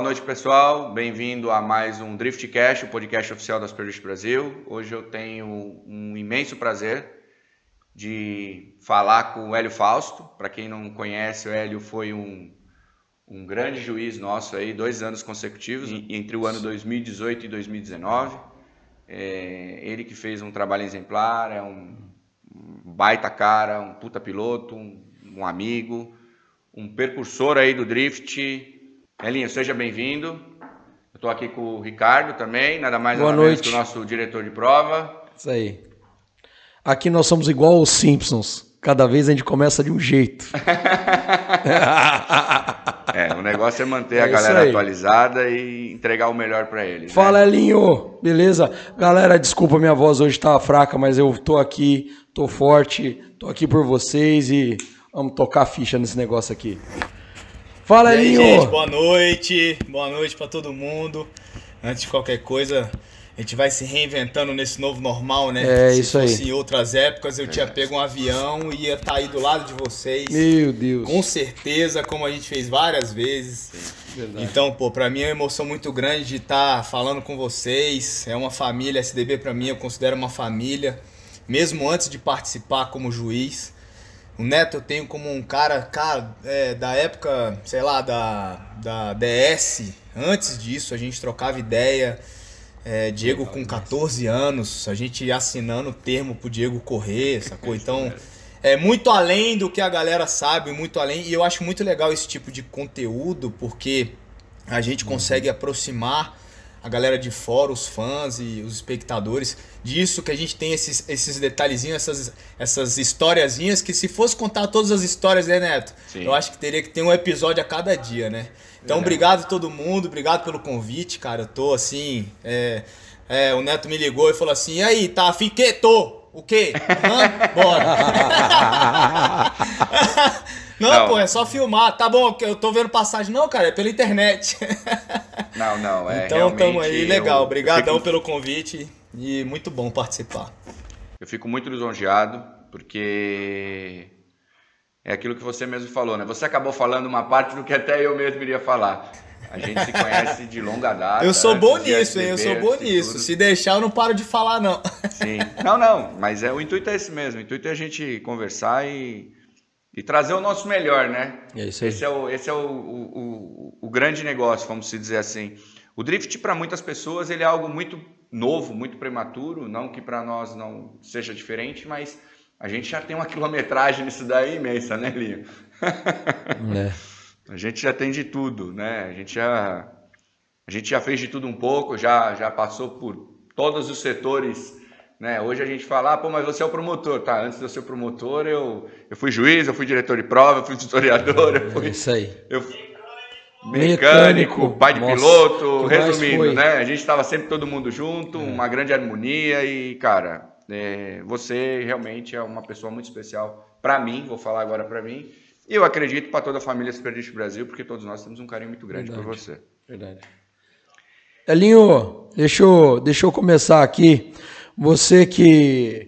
noite, pessoal. Bem-vindo a mais um Driftcast, o podcast oficial da Super Drift Brasil. Hoje eu tenho um imenso prazer de falar com o Hélio Fausto. Para quem não conhece, o Hélio foi um grande juiz nosso aí, 2 anos consecutivos, entre o ano 2018 e 2019. Ele que fez um trabalho exemplar, é um baita cara, um puta piloto, um amigo, um percursor aí do drift. Elinho, seja bem-vindo. Eu estou aqui com o Ricardo também, nada mais nada menos que o nosso diretor de prova. Isso aí. Aqui nós somos igual os Simpsons. Cada vez a gente começa de um jeito. O negócio é manter a galera atualizada e entregar o melhor para eles. Fala, né? Elinho, beleza? Galera, desculpa, minha voz hoje tá fraca, mas eu tô aqui, tô forte, tô aqui por vocês e vamos tocar a ficha nesse negócio aqui. Fala, Elinho! E aí, gente, boa noite para todo mundo. Antes de qualquer coisa, a gente vai se reinventando nesse novo normal, né? Isso aí. Se fosse em outras épocas, eu tinha pego um avião e ia estar aí do lado de vocês. Meu Deus! Com certeza, como a gente fez várias vezes. Verdade. Então, pô, pra mim é uma emoção muito grande de estar falando com vocês. É uma família, SDB pra mim eu considero uma família. Mesmo antes de participar como juiz. O Neto eu tenho como um cara da época, sei lá, da DS. Antes disso a gente trocava ideia. Diego com 14 anos, a gente assinando o termo pro Diego correr, sacou? Então, é muito além do que a galera sabe, muito além. E eu acho muito legal esse tipo de conteúdo, porque a gente consegue aproximar a galera de fora, os fãs e os espectadores, disso que a gente tem esses detalhezinhos, essas historiazinhas, que se fosse contar todas as histórias, né, Neto? Sim. Eu acho que teria que ter um episódio a cada dia, né? Então, obrigado a todo mundo, obrigado pelo convite, cara. Eu tô assim, o Neto me ligou e falou assim, e aí, tá afim que? Tô. O quê? Bora. Não, pô, é só filmar. Tá bom, eu tô vendo passagem. Não, cara, é pela internet. Não, então, tamo aí, legal. Obrigadão pelo convite e muito bom participar. Eu fico muito lisonjeado, porque é aquilo que você mesmo falou, né? Você acabou falando uma parte do que até eu mesmo iria falar. A gente se conhece de longa data. Eu sou bom nisso, hein? Eu sou bom nisso. Tudo. Se deixar, eu não paro de falar, não. Sim. Não, mas o intuito é esse mesmo. O intuito é a gente conversar e trazer o nosso melhor, né? É isso aí. Esse é o grande negócio, vamos dizer assim. O drift, para muitas pessoas, ele é algo muito novo, muito prematuro. Não que para nós não seja diferente, mas a gente já tem uma quilometragem nisso daí imensa, né, Linho? A gente já tem de tudo, né? A gente já fez de tudo um pouco, já passou por todos os setores, né? Hoje a gente fala, pô, mas você é o promotor. Tá, antes de eu ser promotor, eu fui juiz, eu fui diretor de prova, eu fui historiador, eu fui... Isso aí. Mecânico, pai de piloto, resumindo, né? A gente estava sempre todo mundo junto, uma grande harmonia e, cara, você realmente é uma pessoa muito especial para mim, vou falar agora para mim, e eu acredito para toda a família Super Drift Brasil, porque todos nós temos um carinho muito grande por você. Verdade. Elinho, deixa eu começar aqui. Você que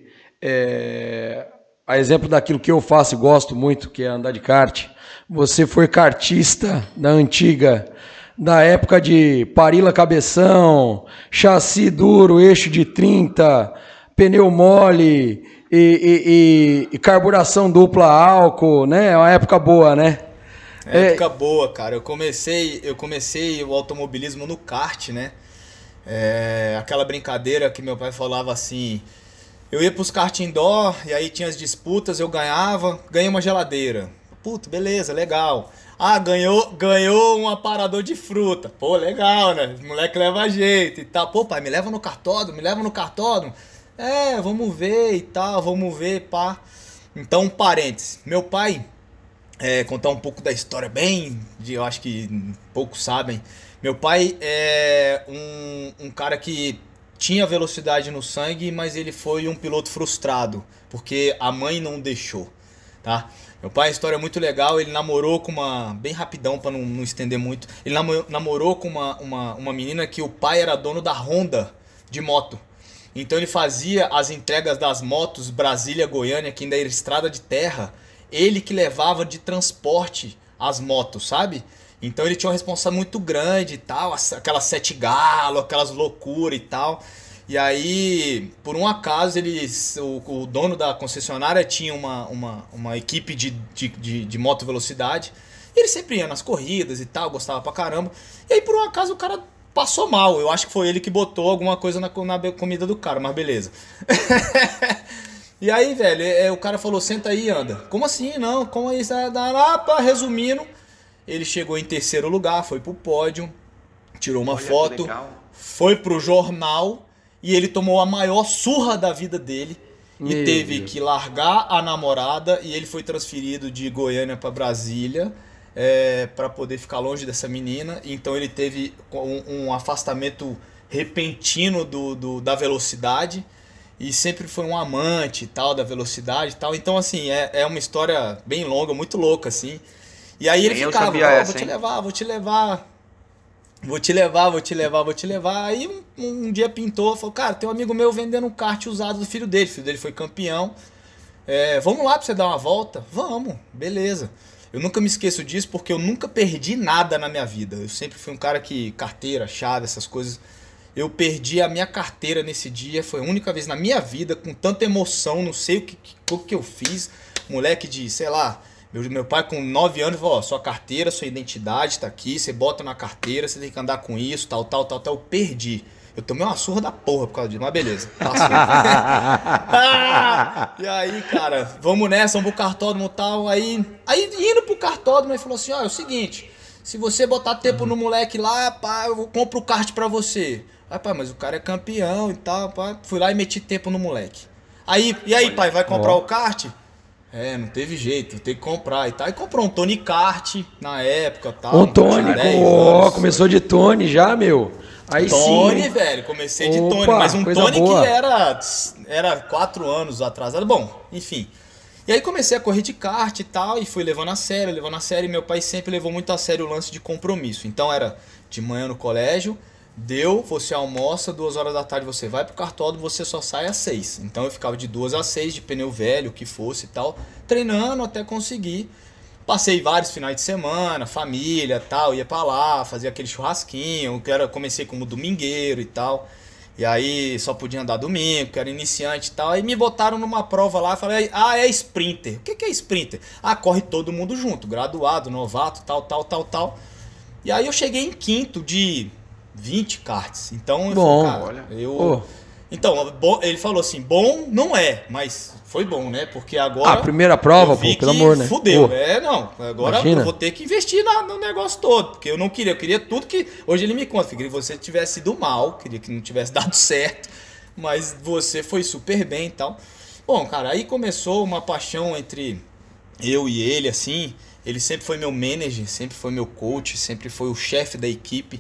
a exemplo daquilo que eu faço e gosto muito, que é andar de kart, você foi kartista da antiga, da época de parila cabeção, chassi duro, eixo de 30, pneu mole e carburação dupla álcool, né? É uma época boa, né? Época boa, cara. Eu comecei o automobilismo no kart, né? Aquela brincadeira que meu pai falava assim, eu ia pros kart indoor e aí tinha as disputas, eu ganhei uma geladeira. Puta, beleza, legal. Ah, ganhou um aparador de fruta. Pô, legal, né? O moleque leva jeito e tal. Pô, pai, me leva no cartódromo. Vamos ver e tal, vamos ver, pá. Então, parênteses. Meu pai, contar um pouco da história eu acho que poucos sabem. Meu pai é um cara que tinha velocidade no sangue, mas ele foi um piloto frustrado, porque a mãe não deixou, tá? Meu pai, a história é muito legal, ele namorou com bem rapidão pra não estender muito, ele namorou com uma menina que o pai era dono da Honda de moto. Então ele fazia as entregas das motos Brasília-Goiânia, que ainda era estrada de terra, ele que levava de transporte as motos, sabe? Então ele tinha uma responsabilidade muito grande e tal, aquelas 7 galos, aquelas loucuras e tal. E aí, por um acaso, o dono da concessionária tinha uma equipe de moto velocidade. E ele sempre ia nas corridas e tal, gostava pra caramba. E aí, por um acaso, o cara passou mal. Eu acho que foi ele que botou alguma coisa na comida do cara, mas beleza. E aí, velho, o cara falou, senta aí e anda. Como assim? Não, como isso? Resumindo, ele chegou em terceiro lugar, foi pro pódio, tirou uma foto, foi pro jornal e ele tomou a maior surra da vida dele. E teve que largar a namorada e ele foi transferido de Goiânia pra Brasília para poder ficar longe dessa menina. Então ele teve um afastamento repentino da velocidade. E sempre foi um amante e tal, da velocidade e tal. Então, assim, é uma história bem longa, muito louca, assim. E aí ele ficava, vou te levar. Aí um dia pintou, falou, cara, tem um amigo meu vendendo um kart usado do filho dele. O filho dele foi campeão. Vamos lá pra você dar uma volta? Vamos, beleza. Eu nunca me esqueço disso porque eu nunca perdi nada na minha vida. Eu sempre fui um cara que, carteira, chave, essas coisas... Eu perdi a minha carteira nesse dia, foi a única vez na minha vida, com tanta emoção, não sei o que eu fiz. Moleque de, sei lá, meu pai com 9 anos falou, ó, sua carteira, sua identidade tá aqui, você bota na carteira, você tem que andar com isso, tal. Eu perdi. Eu tomei uma surra da porra por causa disso, mas beleza. E aí, cara, vamos nessa, vamos pro cartódromo e tal. Aí indo pro cartódromo, ele falou assim, ó, é o seguinte, se você botar tempo no moleque lá, pá, eu compro o kart pra você. Aí, pai, mas o cara é campeão e tal, pá. Fui lá e meti tempo no moleque. E aí, pai, vai comprar o kart? Não teve jeito, tem que comprar e tal. E comprou um Tony Kart na época e tal. Um Tony, começou de Tony já, meu. Aí Tony, sim. velho, comecei de Tony, mas um Tony boa. Que era 4 anos atrasado. Bom, enfim. E aí comecei a correr de kart e tal, e fui levando a sério. E meu pai sempre levou muito a sério o lance de compromisso. Então era de manhã no colégio, você almoça, 2 horas da tarde você vai pro cartódromo, você só sai às 6. Então eu ficava de 2 às 6, de pneu velho, o que fosse e tal, treinando até conseguir. Passei vários finais de semana, família tal, ia pra lá, fazia aquele churrasquinho, comecei como domingueiro e tal. E aí só podia andar domingo, que era iniciante e tal. Aí me botaram numa prova lá, falei, é sprinter. O que é sprinter? Corre todo mundo junto, graduado, novato, tal. E aí eu cheguei em quinto de 20 karts. Então eu falei, cara, Então, ele falou assim, bom não é, mas foi bom, né? Porque agora... A primeira prova, pelo amor, né? Fudeu. Agora imagina. Eu vou ter que investir no negócio todo, porque eu queria tudo que... Hoje ele me conta, queria que você tivesse ido mal, queria que não tivesse dado certo, mas você foi super bem e tal. Bom, cara, aí começou uma paixão entre eu e ele, assim. Ele sempre foi meu manager, sempre foi meu coach, sempre foi o chefe da equipe.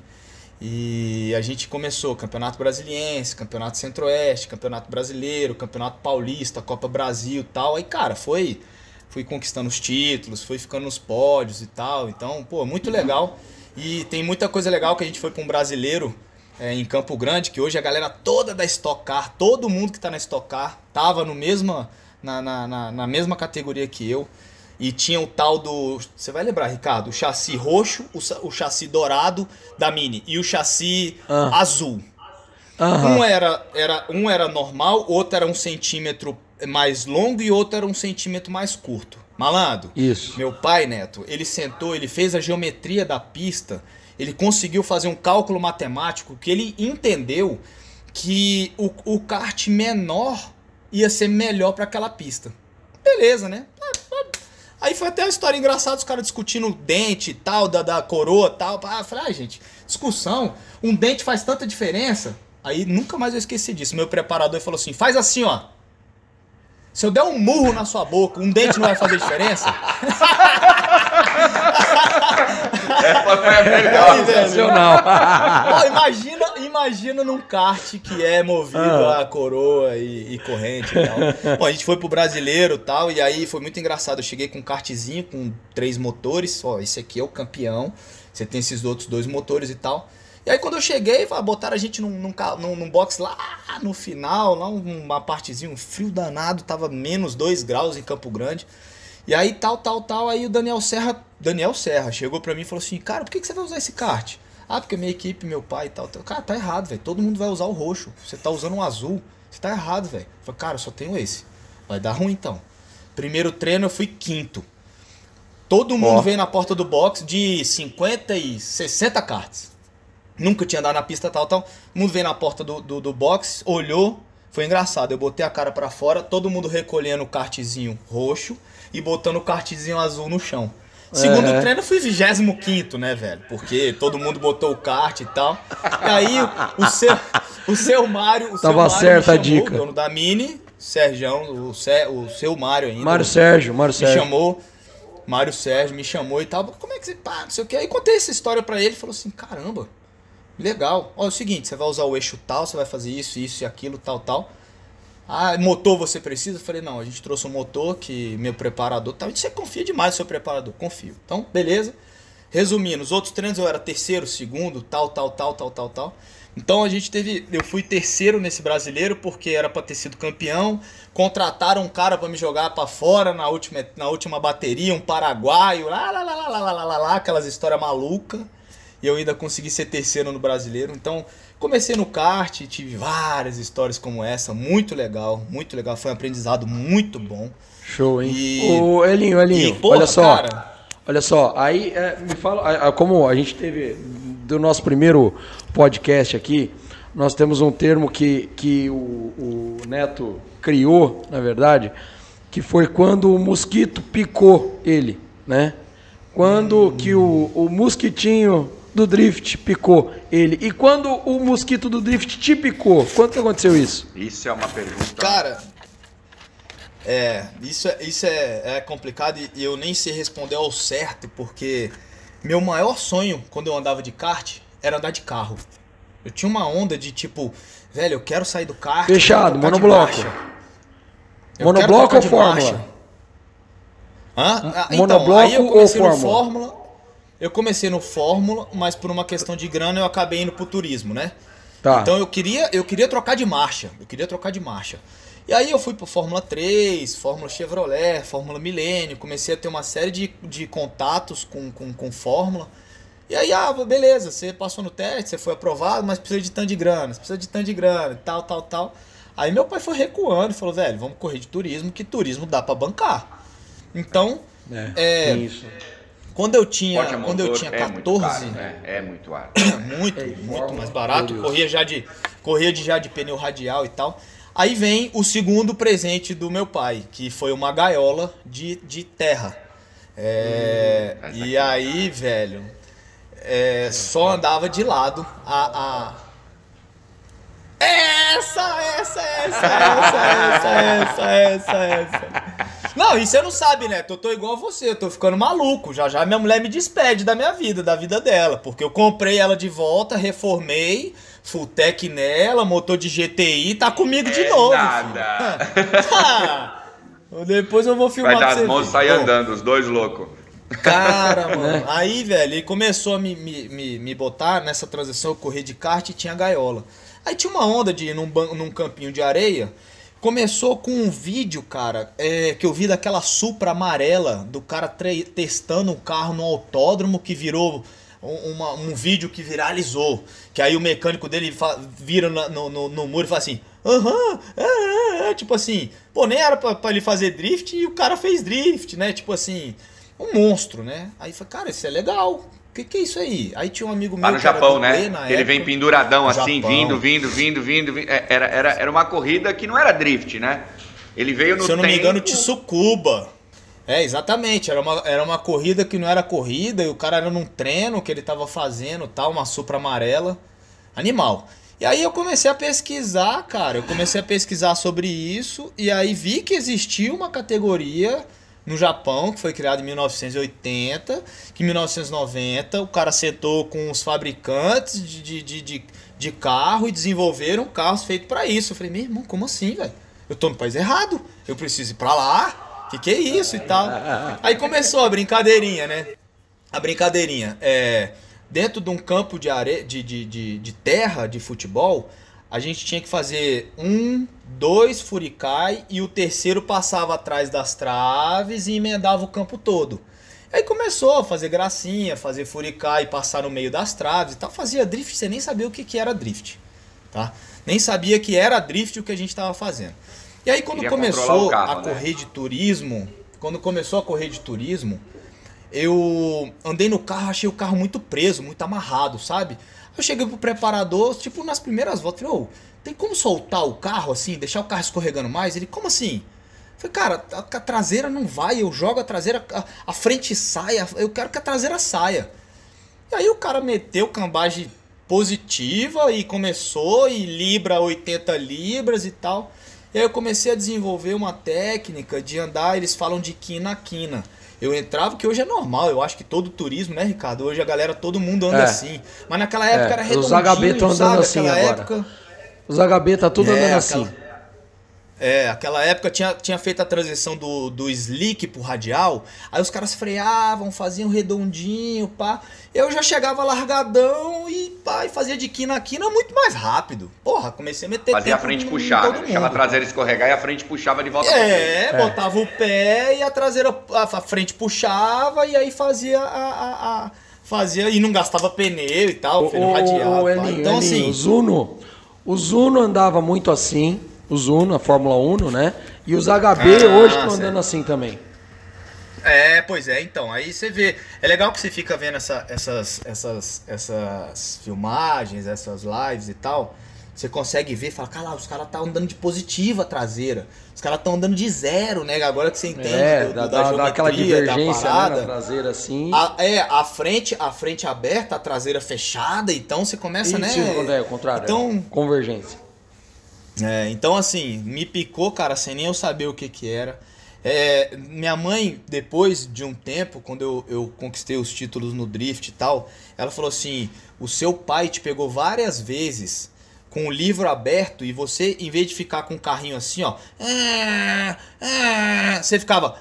E a gente começou Campeonato Brasiliense, Campeonato Centro-Oeste, Campeonato Brasileiro, Campeonato Paulista, Copa Brasil e tal. Aí, cara, fui conquistando os títulos, fui ficando nos pódios e tal. Então, pô, muito legal. E tem muita coisa legal que a gente foi para um brasileiro em Campo Grande, que hoje a galera toda da Stock Car, todo mundo que tá na Stock Car, tava na mesma categoria que eu. E tinha o tal do... Você vai lembrar, Ricardo? O chassi roxo, o chassi dourado da Mini e o chassi azul. Um era normal, outro era 1 centímetro mais longo e outro era 1 centímetro mais curto. Malandro, isso. Meu pai, Neto, ele sentou, ele fez a geometria da pista, ele conseguiu fazer um cálculo matemático que ele entendeu que o kart menor ia ser melhor para aquela pista. Beleza, né? Aí foi até uma história engraçada, os caras discutindo o dente e tal, da coroa e tal. Eu falei, gente, discussão, um dente faz tanta diferença. Aí nunca mais eu esqueci disso. Meu preparador falou assim, faz assim, ó. Se eu der um murro na sua boca, um dente não vai fazer diferença? Sensacional. Imagina num kart que é movido a coroa e corrente e tal. Bom, a gente foi pro brasileiro e tal, e aí foi muito engraçado. Eu cheguei com um kartzinho com 3 motores. Ó, esse aqui é o campeão. Você tem esses outros 2 motores e tal. E aí quando eu cheguei, botaram a gente num box lá no final, lá uma partezinha, um frio danado, tava menos 2 graus em Campo Grande. E aí tal, aí o Daniel Serra chegou pra mim e falou assim, cara, por que você vai usar esse kart? Ah, porque minha equipe, meu pai e tal. Cara, tá errado, velho. Todo mundo vai usar o roxo. Você tá usando um azul. Você tá errado, velho. Eu falei, cara, eu só tenho esse. Vai dar ruim então. Primeiro treino eu fui quinto. Todo mundo veio na porta do box de 50 e 60 karts. Nunca tinha andado na pista tal. Todo mundo veio na porta do box, olhou. Foi engraçado. Eu botei a cara pra fora, todo mundo recolhendo o kartzinho roxo e botando o kartzinho azul no chão. Segundo treino eu fui 25º, né, velho? Porque todo mundo botou o kart e tal. E aí o seu Mário, Tava certa a dica. O dono da Mini, Sergião, o seu Mário ainda. Mário Sérgio. Me chamou, Mário Sérgio me chamou e tal. Como é que você pá, não sei o que. Aí contei essa história pra ele e falou assim, caramba, legal. Ó, é o seguinte, você vai usar o eixo tal, você vai fazer isso e aquilo, tal. Ah, motor você precisa? Eu falei, não, a gente trouxe um motor que meu preparador... Tá, você confia demais no seu preparador? Confio. Então, beleza. Resumindo, os outros treinos eu era terceiro, segundo, tal. Então eu fui terceiro nesse brasileiro porque era pra ter sido campeão. Contrataram um cara pra me jogar pra fora na última bateria, um paraguaio, aquelas histórias malucas. E eu ainda consegui ser terceiro no brasileiro. Então, comecei no kart, tive várias histórias como essa, muito legal, foi um aprendizado muito bom. Show, hein? E... Ô, Elinho, porra, olha só, aí me fala, como a gente teve do nosso primeiro podcast aqui, nós temos um termo que o Neto criou, na verdade, que foi quando o mosquito picou ele, né? Quando que o mosquitinho do drift picou ele. E quando o mosquito do drift te picou, quando que aconteceu isso? Isso é uma pergunta. Cara, isso é complicado e eu nem sei responder ao certo, porque meu maior sonho quando eu andava de kart era andar de carro. Eu tinha uma onda de tipo, velho, eu quero sair do kart. Fechado, monobloco. Monobloco ou fórmula? Então, monobloco aí eu comecei ou no Fórmula. Eu comecei no Fórmula, mas por uma questão de grana eu acabei indo pro turismo, né? Tá. Então eu queria trocar de marcha. E aí eu fui pro Fórmula 3, Fórmula Chevrolet, Fórmula Milênio. Comecei a ter uma série de contatos com Fórmula. E aí, beleza, você passou no teste, você foi aprovado, mas precisa de tanto de grana, tal. Aí meu pai foi recuando e falou, velho, vamos correr de turismo, que turismo dá pra bancar. Então, isso. Quando eu tinha 14... muito caro, né? É muito caro. muito mais barato. Corria já de pneu radial e tal. Aí vem o segundo presente do meu pai, que foi uma gaiola de terra. E aí, velho, só andava de lado Essa. Não, e você não sabe, né? Eu tô igual a você, eu tô ficando maluco. Já minha mulher me despede da minha vida, da vida dela. Porque eu comprei ela de volta, reformei, full tech nela, motor de GTI, tá comigo de novo. Nada. Depois eu vou filmar pra você. Vai dar as mãos e sair andando, os dois loucos. Cara, mano. Aí, velho, ele começou a me botar nessa transição, eu corri de kart e tinha gaiola. Aí tinha uma onda de ir num campinho de areia. Começou com um vídeo, cara, que eu vi daquela Supra amarela, do cara testando um carro no autódromo, que virou um vídeo que viralizou. Que aí o mecânico dele vira no muro e fala assim, tipo assim, pô, nem era pra ele fazer drift e o cara fez drift, né? Tipo assim, um monstro, né? Aí eu falei, cara, isso é legal. O que é isso aí? Aí tinha um amigo meu no Japão, né? Ele época, vem penduradão assim, Japão. vindo. Era uma corrida que não era drift, né? Ele veio no Se eu não me engano, Tsukuba. Exatamente. Era uma corrida que não era corrida e o cara era num treino que ele tava fazendo, tal, uma Supra amarela. Animal. E aí eu comecei a pesquisar, cara. Eu comecei a pesquisar sobre isso e aí vi que existia uma categoria no Japão, que foi criado em 1980, que em 1990 o cara sentou com os fabricantes de carro e desenvolveram carros feitos para isso. Eu falei, meu irmão, como assim, velho? Eu tô no país errado, eu preciso ir pra lá, que é isso e tal. Aí começou a brincadeirinha, né? A brincadeirinha, dentro de um campo de areia, de terra, de futebol, a gente tinha que fazer 1, 2 furicai e o terceiro passava atrás das traves e emendava o campo todo. Aí começou a fazer gracinha, fazer furicai e passar no meio das traves e tal. Fazia drift, você nem sabia o que era drift, tá? Nem sabia que era drift o que a gente estava fazendo. E aí quando começou a correr de turismo, eu andei no carro, achei o carro muito preso, muito amarrado, sabe? Eu cheguei pro preparador, tipo, nas primeiras voltas, falei, ô, tem como soltar o carro assim, deixar o carro escorregando mais? Ele, como assim? Eu falei, cara, a traseira não vai, eu jogo a traseira, a frente saia, eu quero que a traseira saia. E aí o cara meteu cambagem positiva e começou, e libra 80 libras e tal. E aí eu comecei a desenvolver uma técnica de andar, eles falam de quina a quina. Eu entrava, que hoje é normal, eu acho que todo turismo, né, Ricardo? Hoje a galera, todo mundo anda assim. Mas naquela época era redondinho, os HB estão andando assim aquela agora. Época... Os HB tá tudo andando assim. Aquela época tinha feito a transição do slick pro radial, aí os caras freavam, faziam redondinho, pá. Eu já chegava largadão e pá, e fazia de quina a quina muito mais rápido. Porra, comecei a meter fazia a frente puxar, deixava a traseira escorregar e a frente puxava de volta. Botava o pé e a traseira, a frente puxava e aí fazia fazia e não gastava pneu e tal, no radial. Então assim, o Zuno andava muito assim. O Zuno, a Fórmula 1, né? E os HB hoje estão andando assim também. Pois é, então, aí você vê. É legal que você fica vendo essas filmagens, essas lives e tal. Você consegue ver e fala, cara, os caras estão andando de positiva a traseira. Os caras estão andando de zero, né? Agora que você entende da geometria, aquela divergência, da parada. Né, na traseira assim. A frente aberta, a traseira fechada, então você começa, né? É o contrário, então, convergência. Então assim, me picou, cara, sem nem eu saber o que era. Minha mãe, depois de um tempo, quando eu conquistei os títulos no drift e tal, ela falou assim, o seu pai te pegou várias vezes com o livro aberto e você, em vez de ficar com o carrinho assim, ó, você ficava...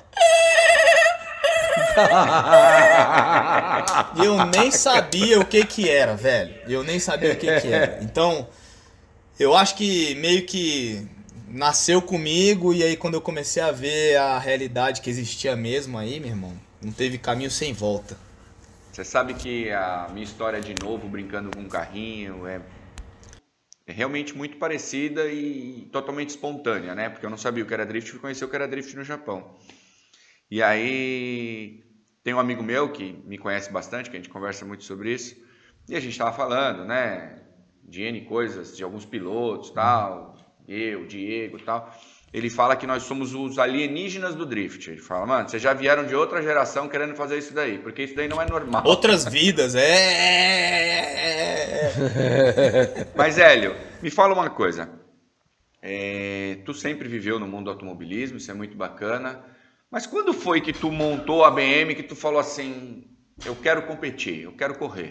E eu nem sabia o que era, velho. Eu nem sabia o que era. Então... Eu acho que meio que nasceu comigo e aí quando eu comecei a ver a realidade que existia mesmo aí, meu irmão, não teve caminho sem volta. Você sabe que a minha história de novo, brincando com um carrinho, é realmente muito parecida e totalmente espontânea, né? Porque eu não sabia o que era drift, fui conhecer o que era drift no Japão. E aí tem um amigo meu que me conhece bastante, que a gente conversa muito sobre isso, e a gente estava falando, né? De N coisas, de alguns pilotos, tal, eu, Diego e tal. Ele fala que nós somos os alienígenas do drift. Ele fala, mano, vocês já vieram de outra geração querendo fazer isso daí, porque isso daí não é normal. Outras vidas, Mas, Hélio, me fala uma coisa. Tu sempre viveu no mundo do automobilismo, isso é muito bacana. Mas quando foi que tu montou a BM, que tu falou assim, eu quero competir, eu quero correr?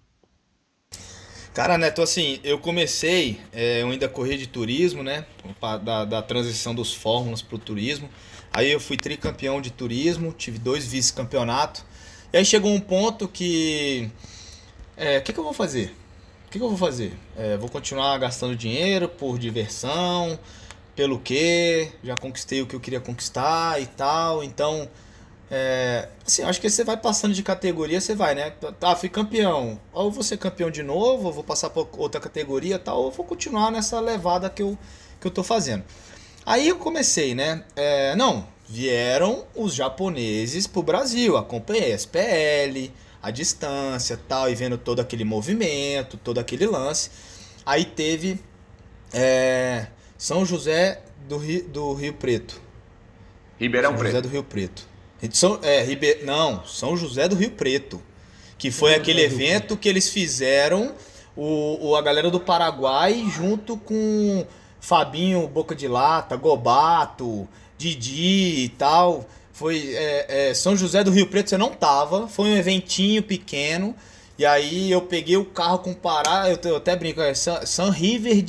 Cara, Neto, assim, eu comecei, eu ainda corri de turismo, né, da transição dos fórmulas pro turismo, aí eu fui tricampeão de turismo, tive 2 vice-campeonatos, e aí chegou um ponto que, que eu vou fazer? Vou continuar gastando dinheiro por diversão, pelo quê? Já conquistei o que eu queria conquistar e tal, então... assim, acho que você vai passando de categoria, você vai, né? Tá, fui campeão. Ou vou ser campeão de novo, ou vou passar para outra categoria, tal, ou vou continuar nessa levada que eu tô fazendo. Aí eu comecei, né? Vieram os japoneses pro Brasil, acompanhei a SPL, a distância, tal, e vendo todo aquele movimento, todo aquele lance. Aí teve São José do Rio Preto. Ribeirão São Preto. José do Rio Preto. São José do Rio Preto, que foi aquele evento que eles fizeram, a galera do Paraguai junto com Fabinho Boca de Lata, Gobato, Didi e tal. Foi São José do Rio Preto, você não tava, foi um eventinho pequeno. E aí eu peguei o carro com Pará, eu até brinco, Sun River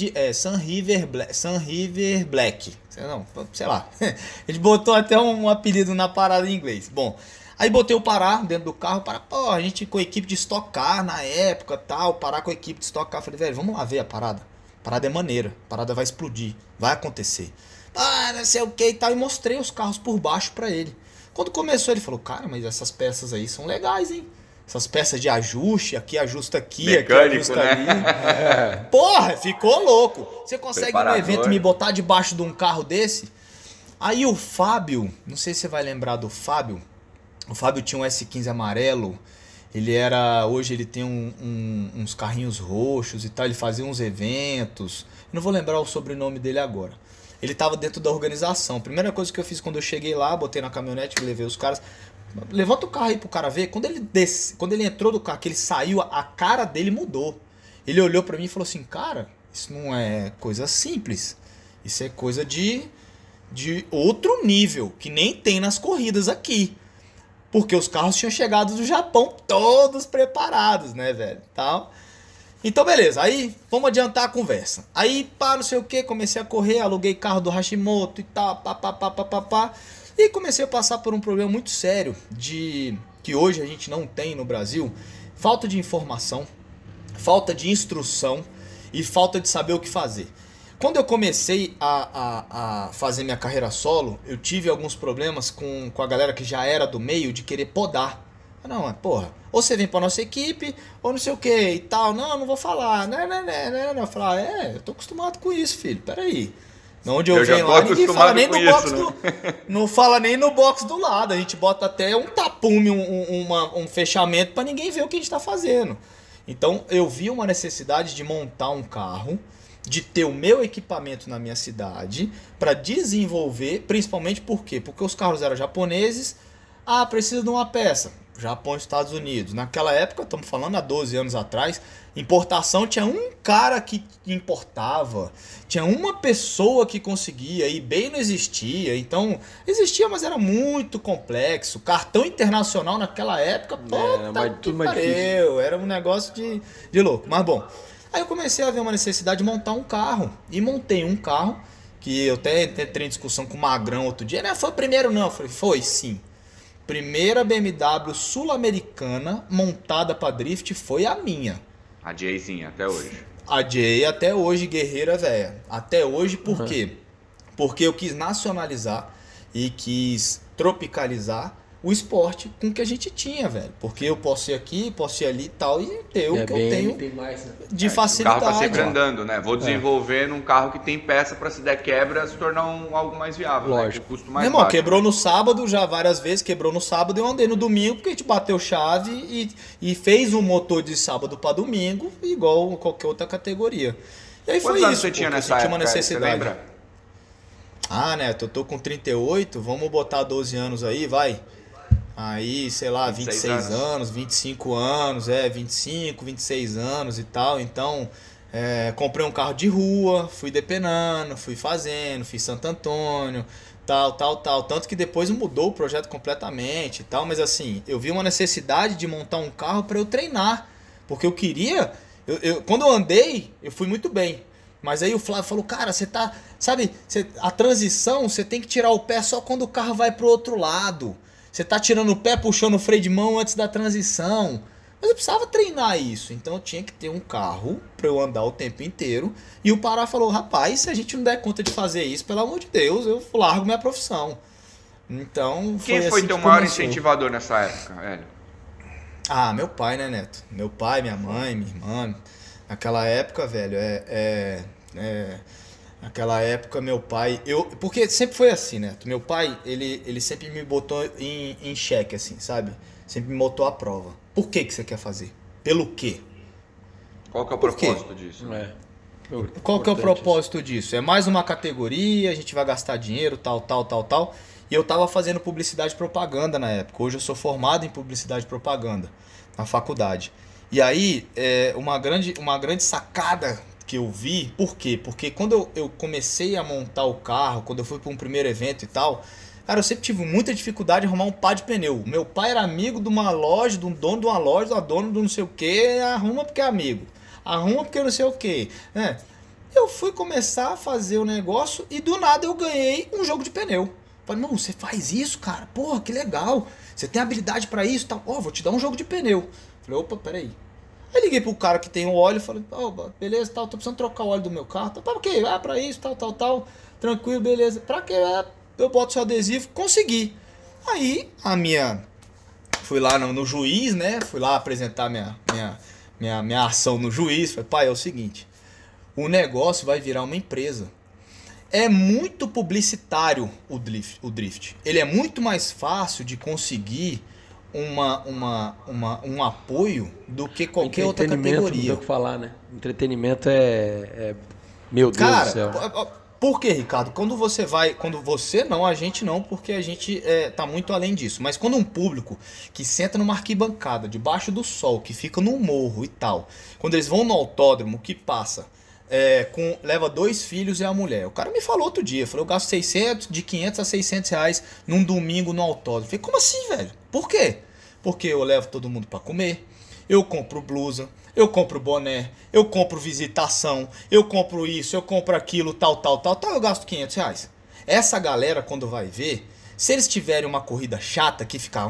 Black. Não, sei lá. A gente botou até um apelido na parada em inglês. Bom, aí botei o Pará dentro do carro, a gente com a equipe de Stock Car na época, tal, Pará com a equipe de Stock Car. Falei, velho, vamos lá ver a parada. A parada é maneira, a parada vai explodir, vai acontecer. Ah, não sei o que e tal. E mostrei os carros por baixo pra ele. Quando começou, ele falou, cara, mas essas peças aí são legais, hein? Essas peças de ajuste, aqui ajusta aqui, mecânico, aqui ajusta né? ali. Porra, ficou louco. Você consegue Preparador. no evento me botar debaixo de um carro desse? Aí o Fábio, não sei se você vai lembrar do Fábio. O Fábio tinha um S15 amarelo. Hoje ele tem uns carrinhos roxos e tal. Ele fazia uns eventos. Eu não vou lembrar o sobrenome dele agora. Ele estava dentro da organização. A primeira coisa que eu fiz quando eu cheguei lá, botei na caminhonete, levei os caras. Levanta o carro aí pro cara ver. Quando ele entrou do carro, que ele saiu, a cara dele mudou. Ele olhou pra mim e falou assim, cara, isso não é coisa simples. Isso é coisa de outro nível, que nem tem nas corridas aqui. Porque os carros tinham chegado do Japão todos preparados, né, velho? Então, beleza. Aí, vamos adiantar a conversa. Aí, pá, não sei o que, comecei a correr, aluguei carro do Hashimoto e tal, pá. E comecei a passar por um problema muito sério que hoje a gente não tem no Brasil. Falta de informação, falta de instrução e falta de saber o que fazer. Quando eu comecei a fazer minha carreira solo, eu tive alguns problemas com a galera que já era do meio de querer podar. Não, porra, ou você vem pra nossa equipe, ou não sei o que e tal. Não vou falar. Não. Eu falei, eu tô acostumado com isso, filho, peraí. Onde eu venho lá, ninguém fala nem no box não fala nem no box do lado. A gente bota até um tapume, um fechamento pra ninguém ver o que a gente tá fazendo. Então eu vi uma necessidade de montar um carro, de ter o meu equipamento na minha cidade, para desenvolver, principalmente por quê? Porque os carros eram japoneses, precisa de uma peça. Japão e Estados Unidos. Naquela época, estamos falando há 12 anos atrás, importação tinha um cara que importava, tinha uma pessoa que conseguia, eBay não existia, então existia, mas era muito complexo. Cartão internacional naquela época, era um negócio de louco. Mas bom, aí eu comecei a ver uma necessidade de montar um carro, e montei um carro, que eu até entrei em discussão com o Magrão outro dia, foi o primeiro não, eu falei, foi sim. Primeira BMW sul-americana montada para drift foi a minha. A Jayzinha, até hoje. A Jay até hoje, guerreira velha. Até hoje por quê? Porque eu quis nacionalizar e quis tropicalizar o esporte com que a gente tinha, velho. Porque eu posso ir aqui, posso ir ali e tal, e ter o que eu tenho de facilidade. O carro tá sempre andando, né? Vou desenvolver num carro que tem peça para se der quebra, se tornar algo mais viável. Lógico. Né? Custo mais Meu irmão, baixo, quebrou né? no sábado já várias vezes, quebrou no sábado, eu andei no domingo porque a gente bateu chave e fez um motor de sábado para domingo, igual qualquer outra categoria. E aí Quantos foi anos isso, você tinha porque nessa eu senti época, uma necessidade. você lembra? Neto, eu tô com 38, vamos botar 12 anos aí, vai. Aí, sei lá, 26 anos, 25 anos, 25, 26 anos e tal. Então, comprei um carro de rua, fui depenando, fui fazendo, fiz Santo Antônio, tal. Tanto que depois mudou o projeto completamente e tal. Mas assim, eu vi uma necessidade de montar um carro para eu treinar. Porque eu queria... quando eu andei, eu fui muito bem. Mas aí o Flávio falou, cara, você tá... Sabe, a transição, você tem que tirar o pé só quando o carro vai pro outro lado. Você tá tirando o pé, puxando o freio de mão antes da transição. Mas eu precisava treinar isso. Então eu tinha que ter um carro pra eu andar o tempo inteiro. E o Pará falou, rapaz, se a gente não der conta de fazer isso, pelo amor de Deus, eu largo minha profissão. Então Quem foi assim teu que maior começou. incentivador nessa época, Hélio? Meu pai, né, Neto? Meu pai, minha mãe, minha irmã. Naquela época, velho, naquela época, meu pai... Porque sempre foi assim, né? Meu pai, ele sempre me botou em xeque, assim, sabe? Sempre me botou à prova. Por que você quer fazer? Pelo quê? Qual que é o Por quê? propósito disso? Qual que é o propósito disso? É mais uma categoria, a gente vai gastar dinheiro, tal. E eu tava fazendo publicidade e propaganda na época. Hoje eu sou formado em publicidade e propaganda na faculdade. E aí, uma grande sacada que eu vi, por quê? Porque quando eu comecei a montar o carro, quando eu fui para um primeiro evento e tal, cara, eu sempre tive muita dificuldade de arrumar um par de pneu. Meu pai era amigo de uma loja, de um dono de uma loja, do dono do não sei o que, arruma porque é amigo, arruma porque não sei o que. Eu fui começar a fazer o negócio e do nada eu ganhei um jogo de pneu. Falei, irmão, você faz isso, cara? Porra, que legal. Você tem habilidade para isso e tal. Vou te dar um jogo de pneu. Falei, opa, peraí. Aí liguei pro cara que tem o óleo e falei, beleza, tal, tô precisando trocar o óleo do meu carro. Pra quê? Pra isso, tal. Tranquilo, beleza. Pra quê? Eu boto seu adesivo, consegui. Aí fui lá no juiz, né? Fui lá apresentar minha ação no juiz. Falei, pai, é o seguinte, o negócio vai virar uma empresa. É muito publicitário o drift. Ele é muito mais fácil de conseguir um apoio do que qualquer outra categoria. Não tem o que falar, né? Entretenimento meu Deus do céu. Por que, Ricardo? Quando você não, a gente não, porque a gente tá muito além disso. Mas quando um público que senta numa arquibancada, debaixo do sol, que fica no morro e tal, quando eles vão no autódromo, que passa... leva 2 filhos e a mulher. O cara me falou outro dia, falou, eu gasto de 500 a 600 reais num domingo no autódromo. Eu falei, como assim, velho? Por quê? Porque eu levo todo mundo pra comer, eu compro blusa, eu compro boné, eu compro visitação, eu compro isso, eu compro aquilo, tal, eu gasto 500 reais. Essa galera, quando vai ver, se eles tiverem uma corrida chata que fica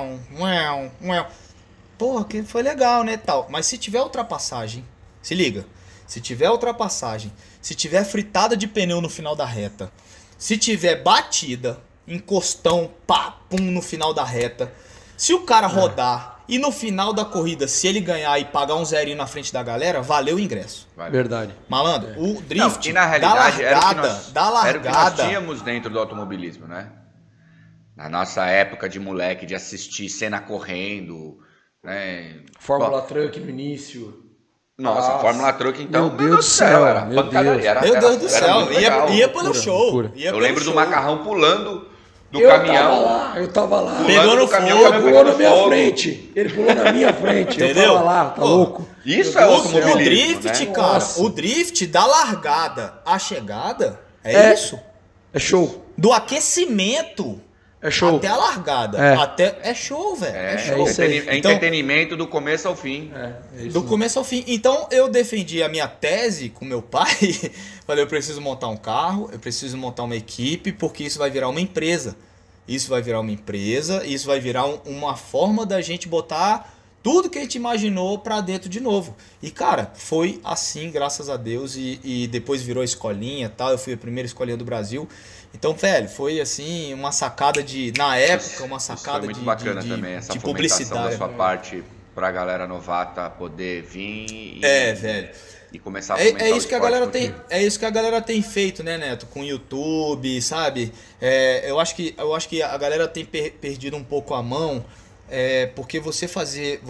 porra, que foi legal, né, tal. Mas se tiver ultrapassagem, se liga, se tiver ultrapassagem, se tiver fritada de pneu no final da reta, se tiver batida, encostão, pá, pum, no final da reta, se o cara rodar e no final da corrida, se ele ganhar e pagar um zerinho na frente da galera, valeu o ingresso. Verdade. Malandro, o drift e na realidade era o que nós tínhamos dentro do automobilismo, né? Na nossa época de moleque, de assistir cena correndo, né? Fórmula Truck no início... Nossa, Fórmula Truck, então, meu Deus do céu, era pancadaria. Meu Deus do céu, ia pelo show. Eu lembro do Macarrão pulando do caminhão. Eu tava lá. Pegou no caminhão, fogo. Ele pulou na minha frente. Ele pulou na minha frente. Entendeu? Eu tava lá, tá louco. Isso é automobilismo, O drift, né? cara, Nossa. o drift da largada à chegada é isso. É show. Do aquecimento É show. até a largada. É show, velho. É show. isso aí. É entretenimento do começo ao fim. Do começo ao fim. Então eu defendi a minha tese com meu pai. Falei, eu preciso montar um carro, eu preciso montar uma equipe, porque isso vai virar uma empresa. Isso vai virar uma empresa, isso vai virar uma forma da gente botar tudo que a gente imaginou pra dentro de novo. E cara, foi assim, graças a Deus, e depois virou escolinha e tal. Eu fui a primeira escolinha do Brasil. Então, velho, foi assim, uma sacada na época, uma sacada muito bacana também, essa de fomentação publicidade. da sua parte pra galera novata poder vir Velho. e começar a fomentar É isso que a galera esporte. é isso que a galera tem feito, né, Neto? Com o YouTube, sabe? Eu acho que a galera tem perdido um pouco a mão, porque você fazer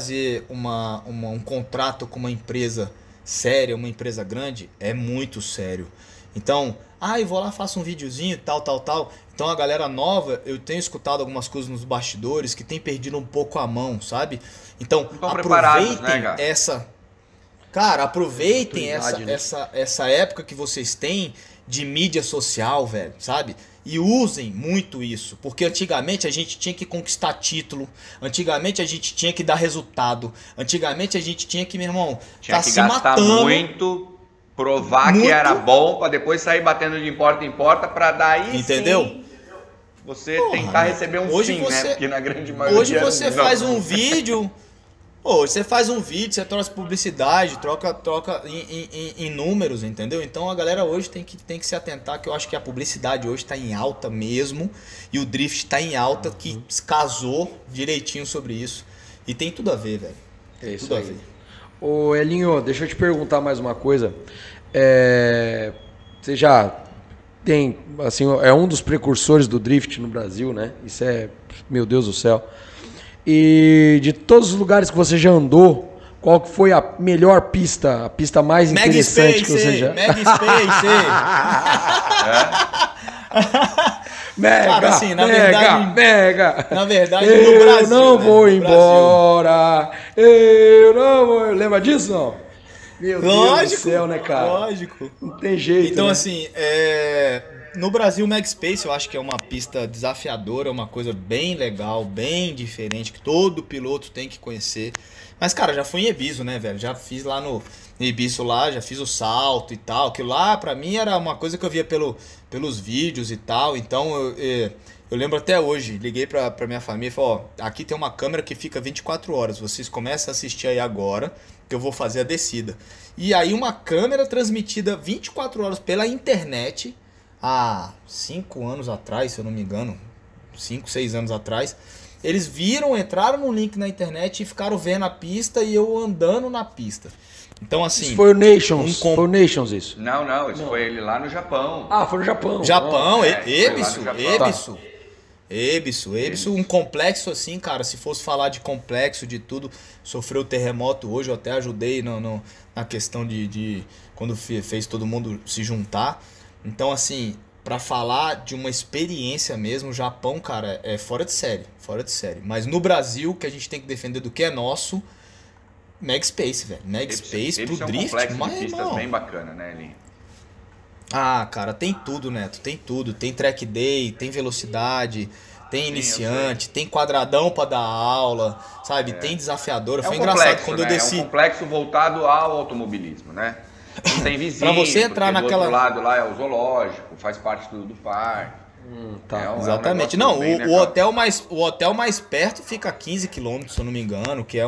um contrato com uma empresa séria, uma empresa grande, é muito sério. Então, eu vou lá, faço um videozinho, tal. Então a galera nova, eu tenho escutado algumas coisas nos bastidores que tem perdido um pouco a mão, sabe? Então, aproveitem né, Cara, aproveitem né? essa época que vocês têm de mídia social, velho, sabe? E usem muito isso, porque antigamente a gente tinha que conquistar título, antigamente a gente tinha que dar resultado, antigamente a gente tinha que, meu irmão, tinha que se gastar matando muito, provar que era bom, pra depois sair batendo de porta em porta, pra daí sim você tentar receber um sim, né? Porque na grande maioria... Hoje você faz um vídeo... Você faz um vídeo, você troca publicidade, troca em números, entendeu? Então a galera hoje tem que se atentar, que eu acho que a publicidade hoje está em alta mesmo, e o drift está em alta, que casou direitinho sobre isso. E tem tudo a ver, velho. Tem tudo a ver. Ô Elinho, deixa eu te perguntar mais uma coisa. Você já tem, assim, é um dos precursores do drift no Brasil, né? Isso meu Deus do céu. E de todos os lugares que você já andou, qual que foi a melhor pista, a pista mais interessante que você já... Mega Space! Cara, assim, na verdade, no Brasil... Eu não vou embora, eu não vou... Lembra disso, não? Meu Deus do céu, né, cara? Lógico. Não tem jeito, então, né? assim, no Brasil, o Mega Space eu acho que é uma pista desafiadora, uma coisa bem legal, bem diferente, que todo piloto tem que conhecer. Mas, cara, já fui em Ibiza, né, velho? Já fiz lá no Ibiza lá, já fiz o salto e tal. Aquilo lá, pra mim, era uma coisa que eu via pelos vídeos e tal. Então, Eu lembro até hoje, liguei pra minha família e falei, ó, aqui tem uma câmera que fica 24 horas, vocês começam a assistir aí agora, que eu vou fazer a descida. E aí uma câmera transmitida 24 horas pela internet, há 5 anos atrás, se eu não me engano, 5, 6 anos atrás, eles viram, entraram no link na internet e ficaram vendo a pista e eu andando na pista. Então, assim... Isso foi o Nations, foi o Nations isso? Não, isso foi ele lá no Japão. Ah, foi no Japão. Japão, Ebisu, Ebisu, um complexo assim, cara, se fosse falar de complexo, de tudo, sofreu terremoto hoje, eu até ajudei na questão de quando fez todo mundo se juntar. Então, assim, pra falar de uma experiência mesmo, o Japão, cara, é fora de série. Mas no Brasil, que a gente tem que defender do que é nosso, Mag Space, velho. Mag Space pro drift, é um complexo mas de pistas bem bacana, né, Elinho? Ah, cara, tem tudo, Neto, tem tudo. Tem track day, tem velocidade, tem iniciante, tem quadradão pra dar aula, sabe? Tem desafiadora. Foi engraçado quando eu desci. É um complexo voltado ao automobilismo, né? Não tem vizinho, pra você entrar naquela... do outro lado lá é o zoológico, faz parte do parque. Tá. Exatamente. Um não, o hotel mais perto fica a 15 km, se eu não me engano, que é